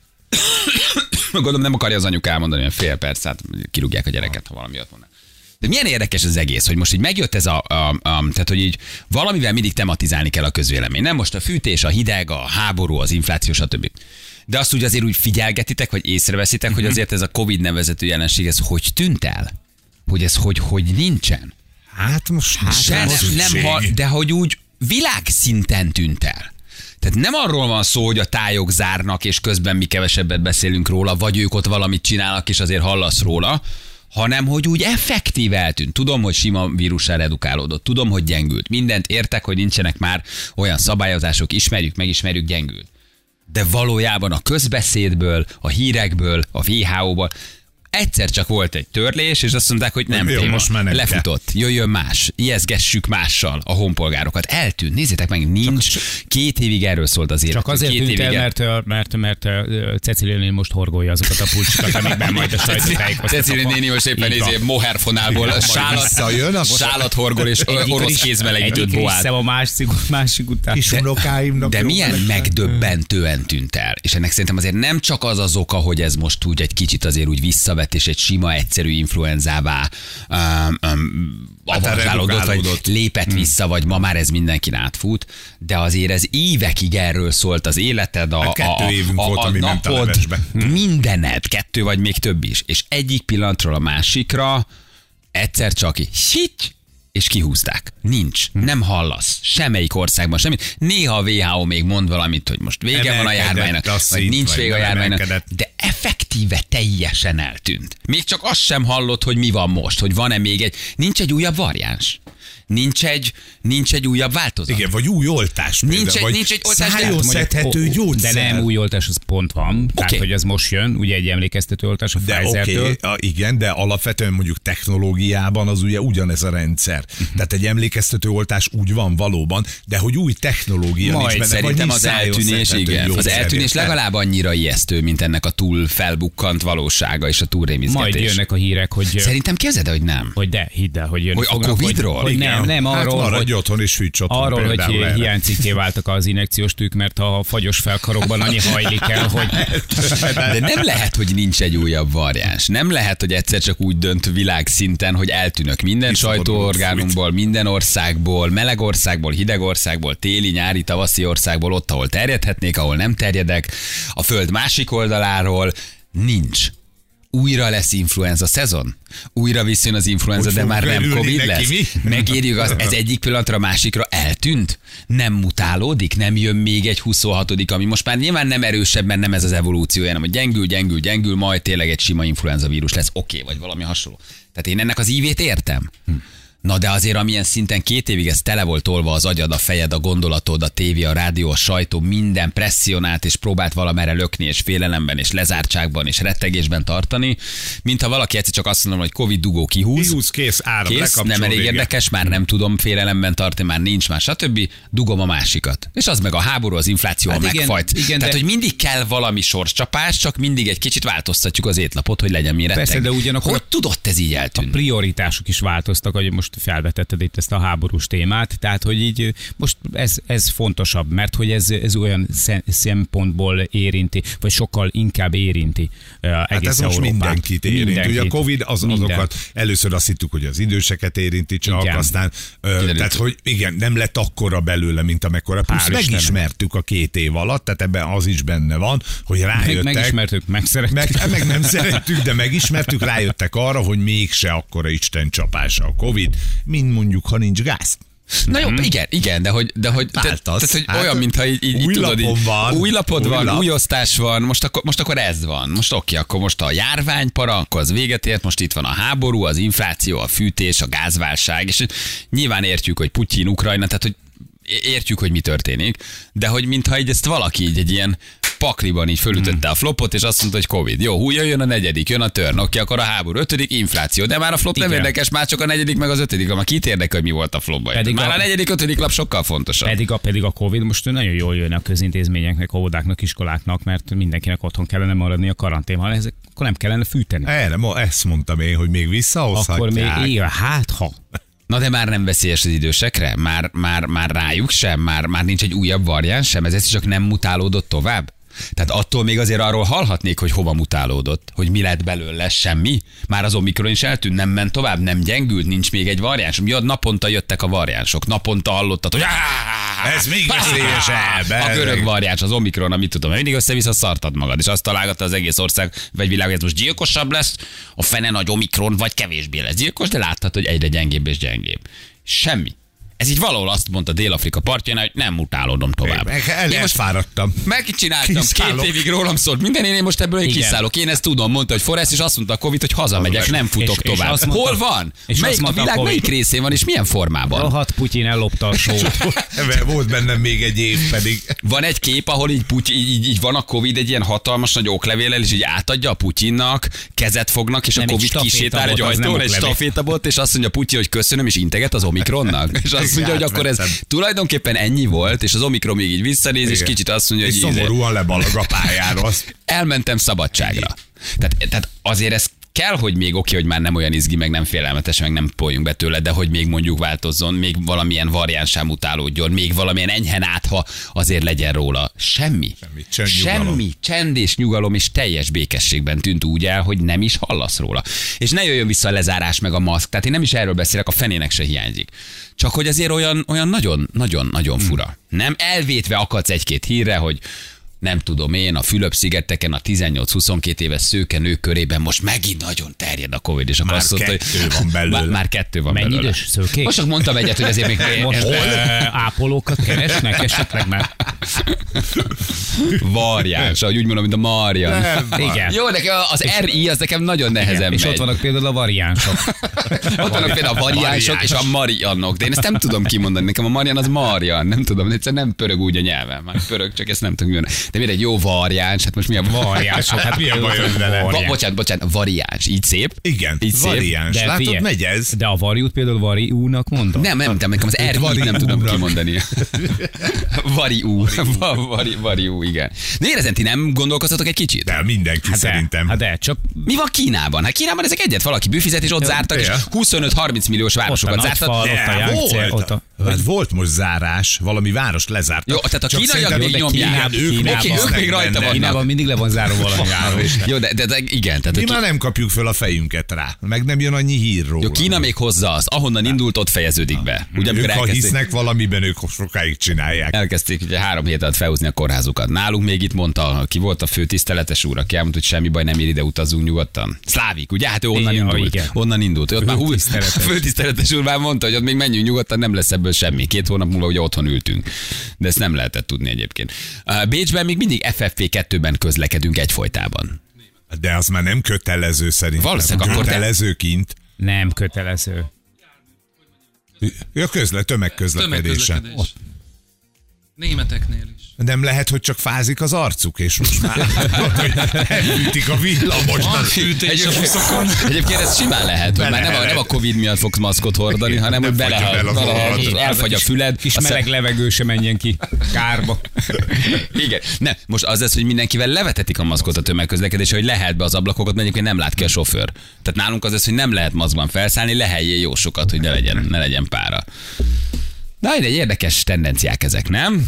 Speaker 2: gondolom nem akarja az anyuk elmondani, hogy fél perc, hát kirúgják a gyereket, ha valami ott mondanak. De milyen érdekes az egész, hogy most így megjött ez a, a, a, tehát hogy így valamivel mindig tematizálni kell a közvélemény. Nem most a fűtés, a hideg, a háború, az infláció, stb. De azt úgy azért úgy figyelgetitek, vagy észreveszitek, hogy azért ez a Covid nevezetű jelenség, ez hogy tűnt el? Hogy ez hogy, hogy nincsen?
Speaker 3: Hát most hát
Speaker 2: Se, nem, nem ha, de hogy úgy világszinten tűnt el. Tehát nem arról van szó, hogy a tájok zárnak, és közben mi kevesebbet beszélünk róla, vagy ők ott valamit csinálnak, és azért hallasz róla, hanem hogy úgy effektív eltűnt. Tudom, hogy sima vírussá redukálódott, tudom, hogy gyengült. Mindent értek, hogy nincsenek már olyan szabályozások, ismerjük, megismerjük, gyengült. De valójában a közbeszédből, a hírekből, a vé há ó-ból egyszer csak volt egy törlés, és azt mondták, hogy nem
Speaker 3: jó,
Speaker 2: téma,
Speaker 3: most
Speaker 2: lefutott, kell. Jöjjön más, ijeszgessük mással a honpolgárokat. Eltűnt, nézzétek meg, nincs, csak, két évig erről szólt az élet.
Speaker 4: Csak azért
Speaker 2: két
Speaker 4: tűnt el, mert, mert, mert, mert Cecilia néni most horgolja azokat a pulcsikat, amikben majd a sajtótájékoztatóban.
Speaker 2: Cecilia néni most éppen nézé moherfonálból sálat, sálat horgol, és orosz kézmelegítőt boált.
Speaker 4: Egyik a másik, másik után.
Speaker 3: Kis unokáimnak.
Speaker 2: De milyen megdöbbentően tűnt el. És ennek szerintem azért nem csak az az oka, hogy ez most úgy egy kicsit azért úgy visszavett, és egy sima, egyszerű influenzává um, um, avanzsálódott, vagy lépett hmm. vissza, vagy ma már ez mindenkin átfut, de azért ez évekig erről szólt az életed, a, a,
Speaker 3: kettő évünk
Speaker 2: a, a,
Speaker 3: volt,
Speaker 2: a
Speaker 3: ami
Speaker 2: napod, mindened, kettő vagy még több is. És egyik pillanatról a másikra egyszer csak így, és kihúzták. Nincs. Nem hallasz. Semmelyik országban semmit. Néha a vé há ó még mond valamit, hogy most vége emelkedett van a járványnak, vagy szint, nincs vagy vége a járványnak, emelkedett. De effektíve teljesen eltűnt. Még csak azt sem hallott, hogy mi van most, hogy van-e még egy, nincs egy újabb variáns. Nincs egy, nincs egy újabb változat.
Speaker 3: Igen, vagy új oltás például,
Speaker 2: nincs egy,
Speaker 3: vagy
Speaker 2: nincs egy oltás,
Speaker 3: szájon szedhető gyógyszer.
Speaker 4: De nem új oltás, az pont van. Okay. Tehát, hogy ez most jön, ugye egy emlékeztető oltás a
Speaker 3: de
Speaker 4: Pfizer-től.
Speaker 3: Okay, igen, de alapvetően mondjuk technológiában az ugye ugyanez a rendszer. Uh-huh. Tehát egy emlékeztető oltás úgy van valóban, de hogy új technológia
Speaker 2: majd
Speaker 3: nincs benne.
Speaker 2: Szerintem az eltűnés, igen. Az eltűnés legalább annyira ijesztő, mint ennek a túl felbukkant valósága és a túl rémizgetés.
Speaker 4: Majd jönnek a hírek, hogy...
Speaker 2: Szerintem képzeld, hogy nem.
Speaker 4: Hogy de, hidd el, hogy jönni
Speaker 2: hogy
Speaker 4: fognak,
Speaker 2: a Covidról?
Speaker 4: Hogy, hogy nem, nem, arról,
Speaker 3: hát
Speaker 4: hogy...
Speaker 3: otthon és fűts otthon.
Speaker 4: Arról, hogy hiánycikké váltak az injekciós tűk, mert a fagyos felkarokban annyi hajlik el, hogy...
Speaker 2: De nem lehet, hogy nincs egy újabb variáns. Nem lehet, hogy egyszer csak úgy dönt világszinten, hogy eltűnök minden sajtóorgánumból, minden országból, meleg országból, hideg országból, téli, nyári, tavaszi országból, ott, ahol terjedhetnék, ahol nem terjedek, a föld másik oldaláról. Nincs. Újra lesz influenza szezon? Újra visszajön az influenza, hogy de már nem Covid lesz? Mi? Megérjük azt, ez egyik pillanatra a másikra eltűnt? Nem mutálódik? Nem jön még egy huszonhatodik, ami most már nyilván nem erősebben, nem ez az evolúció, hanem hogy gyengül, gyengül, gyengül, majd tényleg egy sima influenza vírus lesz. Oké, okay, vagy valami hasonló. Tehát én ennek az ívét értem. Hm. Na de azért, amilyen szinten két évig ez tele volt tolva az agyad, a fejed, a gondolatod, a tévé, a rádió, a sajtó, minden presszionált és próbált valamerre lökni, és félelemben, és lezártságban, és rettegésben tartani, mintha valaki egyszer csak azt mondom, hogy Covid dugó kihúz.
Speaker 3: Kihúz, kész, áram,
Speaker 2: kész, nem elég vége. Érdekes, már nem tudom félelemben tartani, már nincs más, stb. Dugom a másikat. És az meg a háború, az infláció, hát a megfajt. Igen, Tehát, de... hogy mindig kell valami sorscsapás, csak mindig egy kicsit változtatjuk az étlapot, hogy legyen mi retteg.
Speaker 4: Persze, de ugyanakkor
Speaker 2: hogy tudott ez így eltűnni?
Speaker 4: A prioritások is változtak, hogy most felvetetted itt ezt a háborús témát, tehát hogy így most ez, ez fontosabb, mert hogy ez, ez olyan szempontból érinti, vagy sokkal inkább érinti uh, egész
Speaker 3: Hát ez most
Speaker 4: Európát.
Speaker 3: mindenkit érint.
Speaker 4: Mindenkit.
Speaker 3: Ugye a Covid az,
Speaker 4: Minden.
Speaker 3: azokat először azt hittük, hogy az időseket érinti csak,
Speaker 4: Igen.
Speaker 3: aztán ö, tehát, hogy igen, nem lett akkora belőle, mint amekkora. Plusz
Speaker 4: Hál' Istennek.
Speaker 3: megismertük a két év alatt, tehát ebben az is benne van, hogy rájöttek.
Speaker 4: Meg, megismertük, megszerettük.
Speaker 3: Meg, meg nem szerettük, de megismertük, rájöttek arra, hogy mégse akkora Isten csapása a Covid, mint mondjuk, ha nincs gáz.
Speaker 2: Na jó, igen, igen, de hogy, de hogy, te,
Speaker 3: Váltasz.
Speaker 2: tehát, hogy
Speaker 3: Hát,
Speaker 2: olyan, mintha így, így,
Speaker 3: új
Speaker 2: így tudod,
Speaker 3: lapon
Speaker 2: így,
Speaker 3: van.
Speaker 2: új lapod
Speaker 3: Új
Speaker 2: van,
Speaker 3: lap.
Speaker 2: új osztás van, most akkor, most akkor ez van. Most oké, akkor most a járványpara, akkor az véget ért, most itt van a háború, az infláció, a fűtés, a gázválság, és nyilván értjük, hogy Putyin, Ukrajna, tehát hogy értjük, hogy mi történik, de hogy mintha így ezt valaki így egy ilyen pakliban így fölütötte a flopot, és azt mondta, hogy Covid. Jó, hú, jön a negyedik, jön a turn, oké, akkor a háború, ötödik, infláció, de már a flop nem
Speaker 4: Igen.
Speaker 2: érdekes, már csak a negyedik, meg az ötödik lap, már kit érdekel, hogy mi volt a flopban.
Speaker 4: Pedig
Speaker 2: Már a,
Speaker 4: a-
Speaker 2: a negyedik, ötödik lap sokkal fontosabb.
Speaker 4: Pedig a, pedig a Covid most nagyon jól jön a közintézményeknek, óvodáknak, iskoláknak, mert mindenkinek otthon kellene maradni a karantén, ha ez, akkor nem kellene fűteni.
Speaker 3: Erre, ma ezt mondtam én, hogy még visszahozhatják.
Speaker 4: Akkor még él, hát ha.
Speaker 2: Na de már nem veszélyes az idősekre? Már, már, már rájuk sem? Már, már nincs egy újabb variáns sem? Ez csak nem mutálódott tovább? Tehát attól még azért arról hallhatnék, hogy hova mutálódott, hogy mi lett belőle, semmi. Már az Omikron is eltűnt, nem ment tovább, nem gyengült, nincs még egy variáns. Mi ott naponta jöttek a variánsok, naponta hallottad, hogy
Speaker 3: Ez még veszélyesebb.
Speaker 2: a görög variáns, az Omikron, amit tudom, mindig össze-vissza szartad magad, és azt találgatta az egész ország, vagy világ, hogy ez most gyilkosabb lesz, a fene nagy Omikron, vagy kevésbé lesz gyilkos, de láttad, hogy egyre gyengébb és gyengébb. Semmi. Ez így valahol azt mondta Dél-Afrika partján, hogy nem mutálódom tovább.
Speaker 3: Meg el,
Speaker 2: Én most
Speaker 3: elfáradtam.
Speaker 2: megcsináltam,
Speaker 3: Kiszállok.
Speaker 2: két évig rólam szólt minden, én most ebből egy
Speaker 4: Igen.
Speaker 2: kiszállok. Én ezt tudom, mondta, hogy Forrest, és azt mondta a Covid, hogy hazamegyek, nem futok
Speaker 4: És- és
Speaker 2: tovább.
Speaker 4: azt mondta-
Speaker 2: Hol van?
Speaker 4: és
Speaker 2: Melyik,
Speaker 4: azt
Speaker 2: a
Speaker 4: mondta a
Speaker 2: világ
Speaker 4: Covid-
Speaker 2: melyik részén van, és milyen formában?
Speaker 4: Rohadt Putyin ellopta a sót.
Speaker 3: Mert volt bennem még egy év pedig.
Speaker 2: Van egy kép, ahol így, Putyin, így, így, így van a Covid egy ilyen hatalmas nagy oklevéllel, és így átadja a Putyinnak, kezet fognak, és
Speaker 4: Nem,
Speaker 2: a
Speaker 4: egy
Speaker 2: Covid
Speaker 4: staféta
Speaker 2: kisétál egy
Speaker 4: volt, az nem
Speaker 2: ajtón, egy
Speaker 4: oklevél.
Speaker 2: stafétabot, és azt mondja Putyin, hogy köszönöm, és integet az Omikronnak. És azt mondja, hogy akkor ez
Speaker 3: Átvettem.
Speaker 2: tulajdonképpen ennyi volt, és az Omikron még így visszanéz, és
Speaker 3: Igen.
Speaker 2: kicsit azt mondja,
Speaker 3: És
Speaker 2: hogy így,
Speaker 3: szomorúan leballag a pályáról.
Speaker 2: elmentem szabadságra. Tehát, tehát azért ez kell, hogy még oké, hogy már nem olyan izgi, meg nem félelmetes, meg nem poljunk be tőle, de hogy még mondjuk változzon, még valamilyen variánsá mutálódjon, még valamilyen enyhen átha azért legyen róla. Semmi.
Speaker 3: Semmi. Csend, nyugalom.
Speaker 2: Semmi. Csend és nyugalom és teljes békességben tűnt úgy el, hogy nem is hallasz róla. És ne jöjjön vissza a lezárás meg a maszk. Tehát én nem is erről beszélek, a fenének se hiányzik. Csak hogy azért olyan, olyan nagyon, nagyon, nagyon fura. Nem elvétve akadsz egy-két hírre, hogy nem tudom én, a Fülöp-szigeteken a tizennyolc-huszonkét éves szőke nők körében most megint nagyon terjed a Covid, és akkor
Speaker 3: Már
Speaker 2: azt mondta,
Speaker 3: kettő
Speaker 2: hogy
Speaker 3: van belőle.
Speaker 2: Már, már kettő van
Speaker 4: Mennyi
Speaker 2: belőle.
Speaker 4: idős szőkék?
Speaker 2: Most csak mondtam egyet, hogy azért még
Speaker 4: Most ö, ápolókat keresnek esetleg már?
Speaker 2: variáns, ahogy úgy mondom, mint a Marian.
Speaker 4: Igen.
Speaker 2: Jó, nekem az er i az nekem nagyon nehezen
Speaker 4: És
Speaker 2: megy.
Speaker 4: ott vannak például a variánsok.
Speaker 2: Ott vannak például a variánsok és a Mariannok, de én ezt nem tudom kimondani. Nekem a Marian az Marian, nem tudom, egyszerűen nem pörög úgy a nyelven. Már pörög, csak ezt nem tudom kimondani. De miért egy jó variáns, hát most mi a
Speaker 4: Variánsok, hát
Speaker 3: Mi a
Speaker 4: például
Speaker 3: baj vele?
Speaker 2: Va, bocsánat, bocsánat, variáns, így szép?
Speaker 3: Igen,
Speaker 2: Így szép?
Speaker 3: variáns.
Speaker 4: De
Speaker 3: Látod,
Speaker 4: figyelj,
Speaker 3: megy ez.
Speaker 4: De a variút például variúnak mondom.
Speaker 2: Nem, nem, nem, nekem az er i nem tudom
Speaker 3: Variúnak.
Speaker 2: kimondani. Variú. Va- vari- Variú, igen. De érezen, ti nem gondolkoztatok egy kicsit?
Speaker 3: De mindenki
Speaker 4: Hát de,
Speaker 3: szerintem.
Speaker 4: hát de, csak
Speaker 2: Mi van Kínában? Hát Kínában ezek egyet valaki büfizet, és ott zártak, és
Speaker 3: ja.
Speaker 2: huszonöt-harminc milliós
Speaker 4: ott a
Speaker 2: városokat
Speaker 4: nagy
Speaker 2: zártak.
Speaker 4: fal, ott a
Speaker 3: De,
Speaker 4: Yangtze,
Speaker 3: volt.
Speaker 4: ott a...
Speaker 3: Vagy volt most zárás, valami várost lezártak.
Speaker 2: Jó, tehát a
Speaker 3: Csak
Speaker 2: kínaiak
Speaker 3: szerintem
Speaker 2: még
Speaker 3: ők-
Speaker 2: nyomják.
Speaker 3: ők
Speaker 4: Kínában-
Speaker 2: Oké, ők
Speaker 3: hisznek
Speaker 2: még rajta
Speaker 3: benne.
Speaker 2: vannak.
Speaker 4: Kínában mindig le van zárva valami város.
Speaker 2: Jó, de, de, de igen. Tehát
Speaker 3: Mi
Speaker 2: a ki...
Speaker 3: már nem kapjuk föl a fejünket rá, meg nem jön annyi hír róla.
Speaker 2: Jó, Kína még hozza azt, ahonnan indult, ott fejeződik be. Ugye, amikor
Speaker 3: Ők ha
Speaker 2: elkezdték,
Speaker 3: hisznek valamiben, ők sokáig csinálják.
Speaker 2: elkezdték ugye három hét alatt felhúzni a kórházukat. Nálunk még itt mondta, ki volt a főtiszteletes úr, aki elmondta, hogy semmi baj, nem ér ide, utazzunk nyugodtan. Szlávik, ugye? Hát ő onnan
Speaker 4: Igen,
Speaker 2: indult.
Speaker 4: igen.
Speaker 2: Onnan indult. Ott már hú,
Speaker 4: Főtiszteletes.
Speaker 2: főtiszteletes úr már mondta, hogy ott még menjünk nyugodtan, nem lesz ebből semmi. Két hónap múlva ugye otthon ültünk. De ezt nem lehetett tudni egyébként. Uh, Bécsben még mindig ef ef pé kettőben közlekedünk egyfolytában.
Speaker 3: De az már nem kötelező szerintem.
Speaker 2: Valószínűleg akkor te-
Speaker 3: kötelező kint.
Speaker 4: Nem kötelező.
Speaker 3: Ja, közle, tömegközlekedésen.
Speaker 1: Tömegközlekedés.
Speaker 7: Németeknél is.
Speaker 3: Nem lehet, hogy csak fázik az arcuk, és most már hogy elfűtik a villamos.
Speaker 7: Van fűtés a buszokon.
Speaker 2: Egyébként ez simán lehet, hogy már nem a, nem a Covid miatt fogsz maszkot hordani,
Speaker 3: Igen,
Speaker 2: hanem
Speaker 3: nem
Speaker 2: hogy bele,
Speaker 3: fagyja el az
Speaker 2: bele,
Speaker 3: orrod.
Speaker 2: elfagy a füled.
Speaker 4: Kis
Speaker 2: aztán-
Speaker 4: meleg levegő sem menjen ki kárba.
Speaker 2: Igen. Nem, most az lesz, hogy mindenkivel levetetik a maszkot a tömegközlekedésre, hogy lehet be az ablakokat, mert egyébként nem lát ki a sofőr. Tehát nálunk az lesz, hogy nem lehet maszkban felszállni, leheljél jó sokat, hogy ne legyen, ne legyen pára. Na, ide érdekes tendenciák ezek, nem?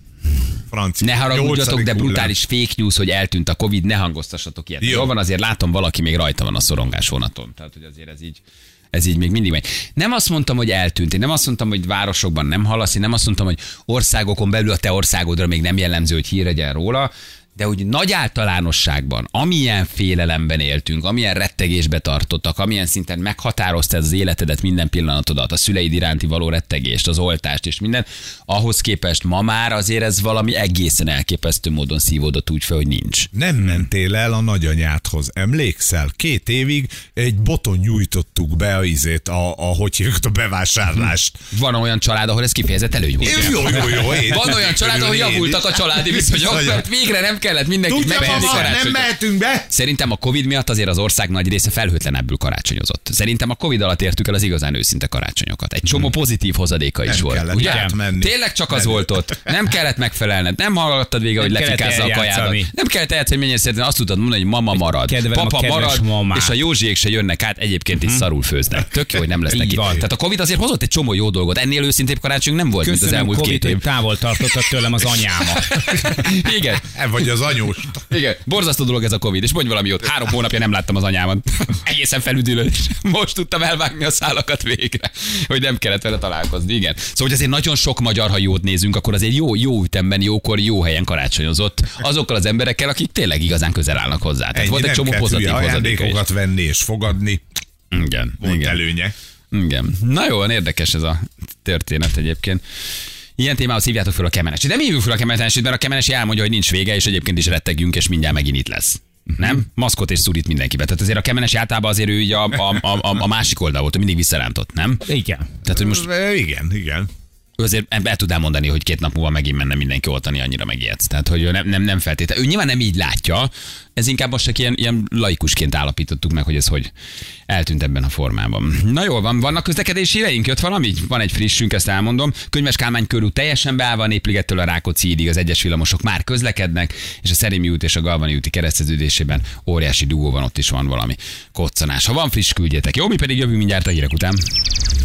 Speaker 3: Francia.
Speaker 2: Ne haragudjatok,
Speaker 3: Nyolcadik
Speaker 2: de
Speaker 3: hullám.
Speaker 2: brutális fake news, hogy eltűnt a Covid, ne hangoztassatok ilyet.
Speaker 3: Jó.
Speaker 2: Jól van, azért látom, valaki még rajta van a szorongás vonaton. Tehát, hogy azért ez így, ez így még mindig megy. Nem azt mondtam, hogy eltűnt, én nem azt mondtam, hogy városokban nem hallasz, én nem azt mondtam, hogy országokon belül a te országodra még nem jellemző, hogy hír legyen róla, de úgy nagy általánosságban, amilyen félelemben éltünk, amilyen rettegésbe tartottak, amilyen szinten meghatározta ez az életedet, minden pillanatodat, a szüleid iránti való rettegést, az oltást és minden, ahhoz képest ma már azért ez valami egészen elképesztő módon szívódott úgy fel, hogy nincs.
Speaker 3: Nem mentél el a nagyanyádhoz, emlékszel? Két évig egy boton nyújtottuk be a izét, a, a hogy hívjuk, a bevásárlást.
Speaker 2: Van olyan család, ahol ez kifejezett előny volt.
Speaker 3: Jó, jó, jó. Én
Speaker 2: Van olyan család, ahol
Speaker 3: én is.
Speaker 2: javultak a családi viszonyok,
Speaker 3: Nagyon.
Speaker 2: mert végre nem kellett mindenkit
Speaker 3: Tudja,
Speaker 2: megvenni
Speaker 3: mama, nem
Speaker 2: karácsonyra.
Speaker 3: mehetünk be.
Speaker 2: Szerintem a Covid miatt azért az ország nagy része felhőtlenebbül karácsonyozott. Szerintem a Covid alatt értük el az igazán őszinte karácsonyokat. Egy csomó pozitív hozadéka is
Speaker 3: Nem
Speaker 2: volt.
Speaker 3: kellett
Speaker 2: Ugye?
Speaker 3: átmenni.
Speaker 2: Tényleg csak az
Speaker 3: Nem.
Speaker 2: volt ott. Nem kellett megfelelned, nem hallgattad végig, hogy
Speaker 4: Nem kellett
Speaker 2: lefikázza a kajádat.
Speaker 4: eljátszani.
Speaker 2: Nem kellett eljátszani, hogy mennyire szeretni. Azt tudtad mondani, hogy mama marad,
Speaker 4: Kedvelem a
Speaker 2: papa
Speaker 4: kedves
Speaker 2: marad,
Speaker 4: mamát.
Speaker 2: és a Józsiék se jönnek át, egyébként is szarul főznek. Tök jó, hogy nem lesz
Speaker 4: Így
Speaker 2: neki.
Speaker 4: van.
Speaker 2: Tehát a Covid azért hozott egy csomó jó dolgot. Ennél őszintébb karácsony nem volt, mint az
Speaker 4: Köszönöm,
Speaker 2: elmúlt
Speaker 4: Covid,
Speaker 2: két év.
Speaker 4: hogy távol tartottad tőlem az anyámat.
Speaker 2: Igen.
Speaker 3: E vagy az anyós.
Speaker 2: Igen, borzasztó dolog ez a Covid, és mondj valami jót. Három hónapja nem láttam az anyámat. Egészen felüdülő, és most tudtam elvágni a szálakat végre, hogy nem kellett vele találkozni. Igen. Szóval, hogy azért nagyon sok magyar, ha jót nézünk, akkor azért jó, jó ütemben, jókor, jó helyen karácsonyozott azokkal az emberekkel, akik tényleg igazán közel állnak hozzá. Tehát
Speaker 3: Ennyi,
Speaker 2: volt egy
Speaker 3: nem
Speaker 2: csomó
Speaker 3: kell
Speaker 2: pozitív
Speaker 3: hülye
Speaker 2: hozadéka is.
Speaker 3: ajándékokat venni és fogadni.
Speaker 2: Igen,
Speaker 3: Volt
Speaker 2: igen.
Speaker 3: előnye.
Speaker 2: Igen. Na jó, érdekes ez a történet egyébként. Ilyen témához hívjátok fel a Kemenesi. De mi hívjuk fel a Kemenesit, mert a Kemenesi elmondja, hogy nincs vége, és egyébként is rettegjünk, és mindjárt megint itt lesz. Nem? Maszkot és szurít mindenkibe. Tehát azért a Kemenesi általában azért ő így a, a, a, a másik oldal volt, ő mindig visszarántott, nem?
Speaker 4: Igen.
Speaker 2: Tehát, hogy most
Speaker 3: E, Igen, igen.
Speaker 2: ő azért el tudnám mondani, hogy két nap múlva megint menne mindenki oltani, annyira megijedsz. Tehát, hogy ő nem, nem, nem feltétlenül. Ő nyilván nem így látja, ez inkább most csak ilyen, ilyen laikusként állapítottuk meg, hogy ez hogy eltűnt ebben a formában. Na jól van, vannak közlekedési híreink, jött valami? Van egy frissünk, ezt elmondom. Könyves Kálmán körút teljesen beállva, a Népligettől a Rákóczi hídig az egyes villamosok már közlekednek, és a Szerémi út és a Galvani úti kereszteződésében óriási dugó van, ott is van valami koccanás. Ha van friss, küldjétek. Jó, mi pedig jövünk mindjárt a hírek után.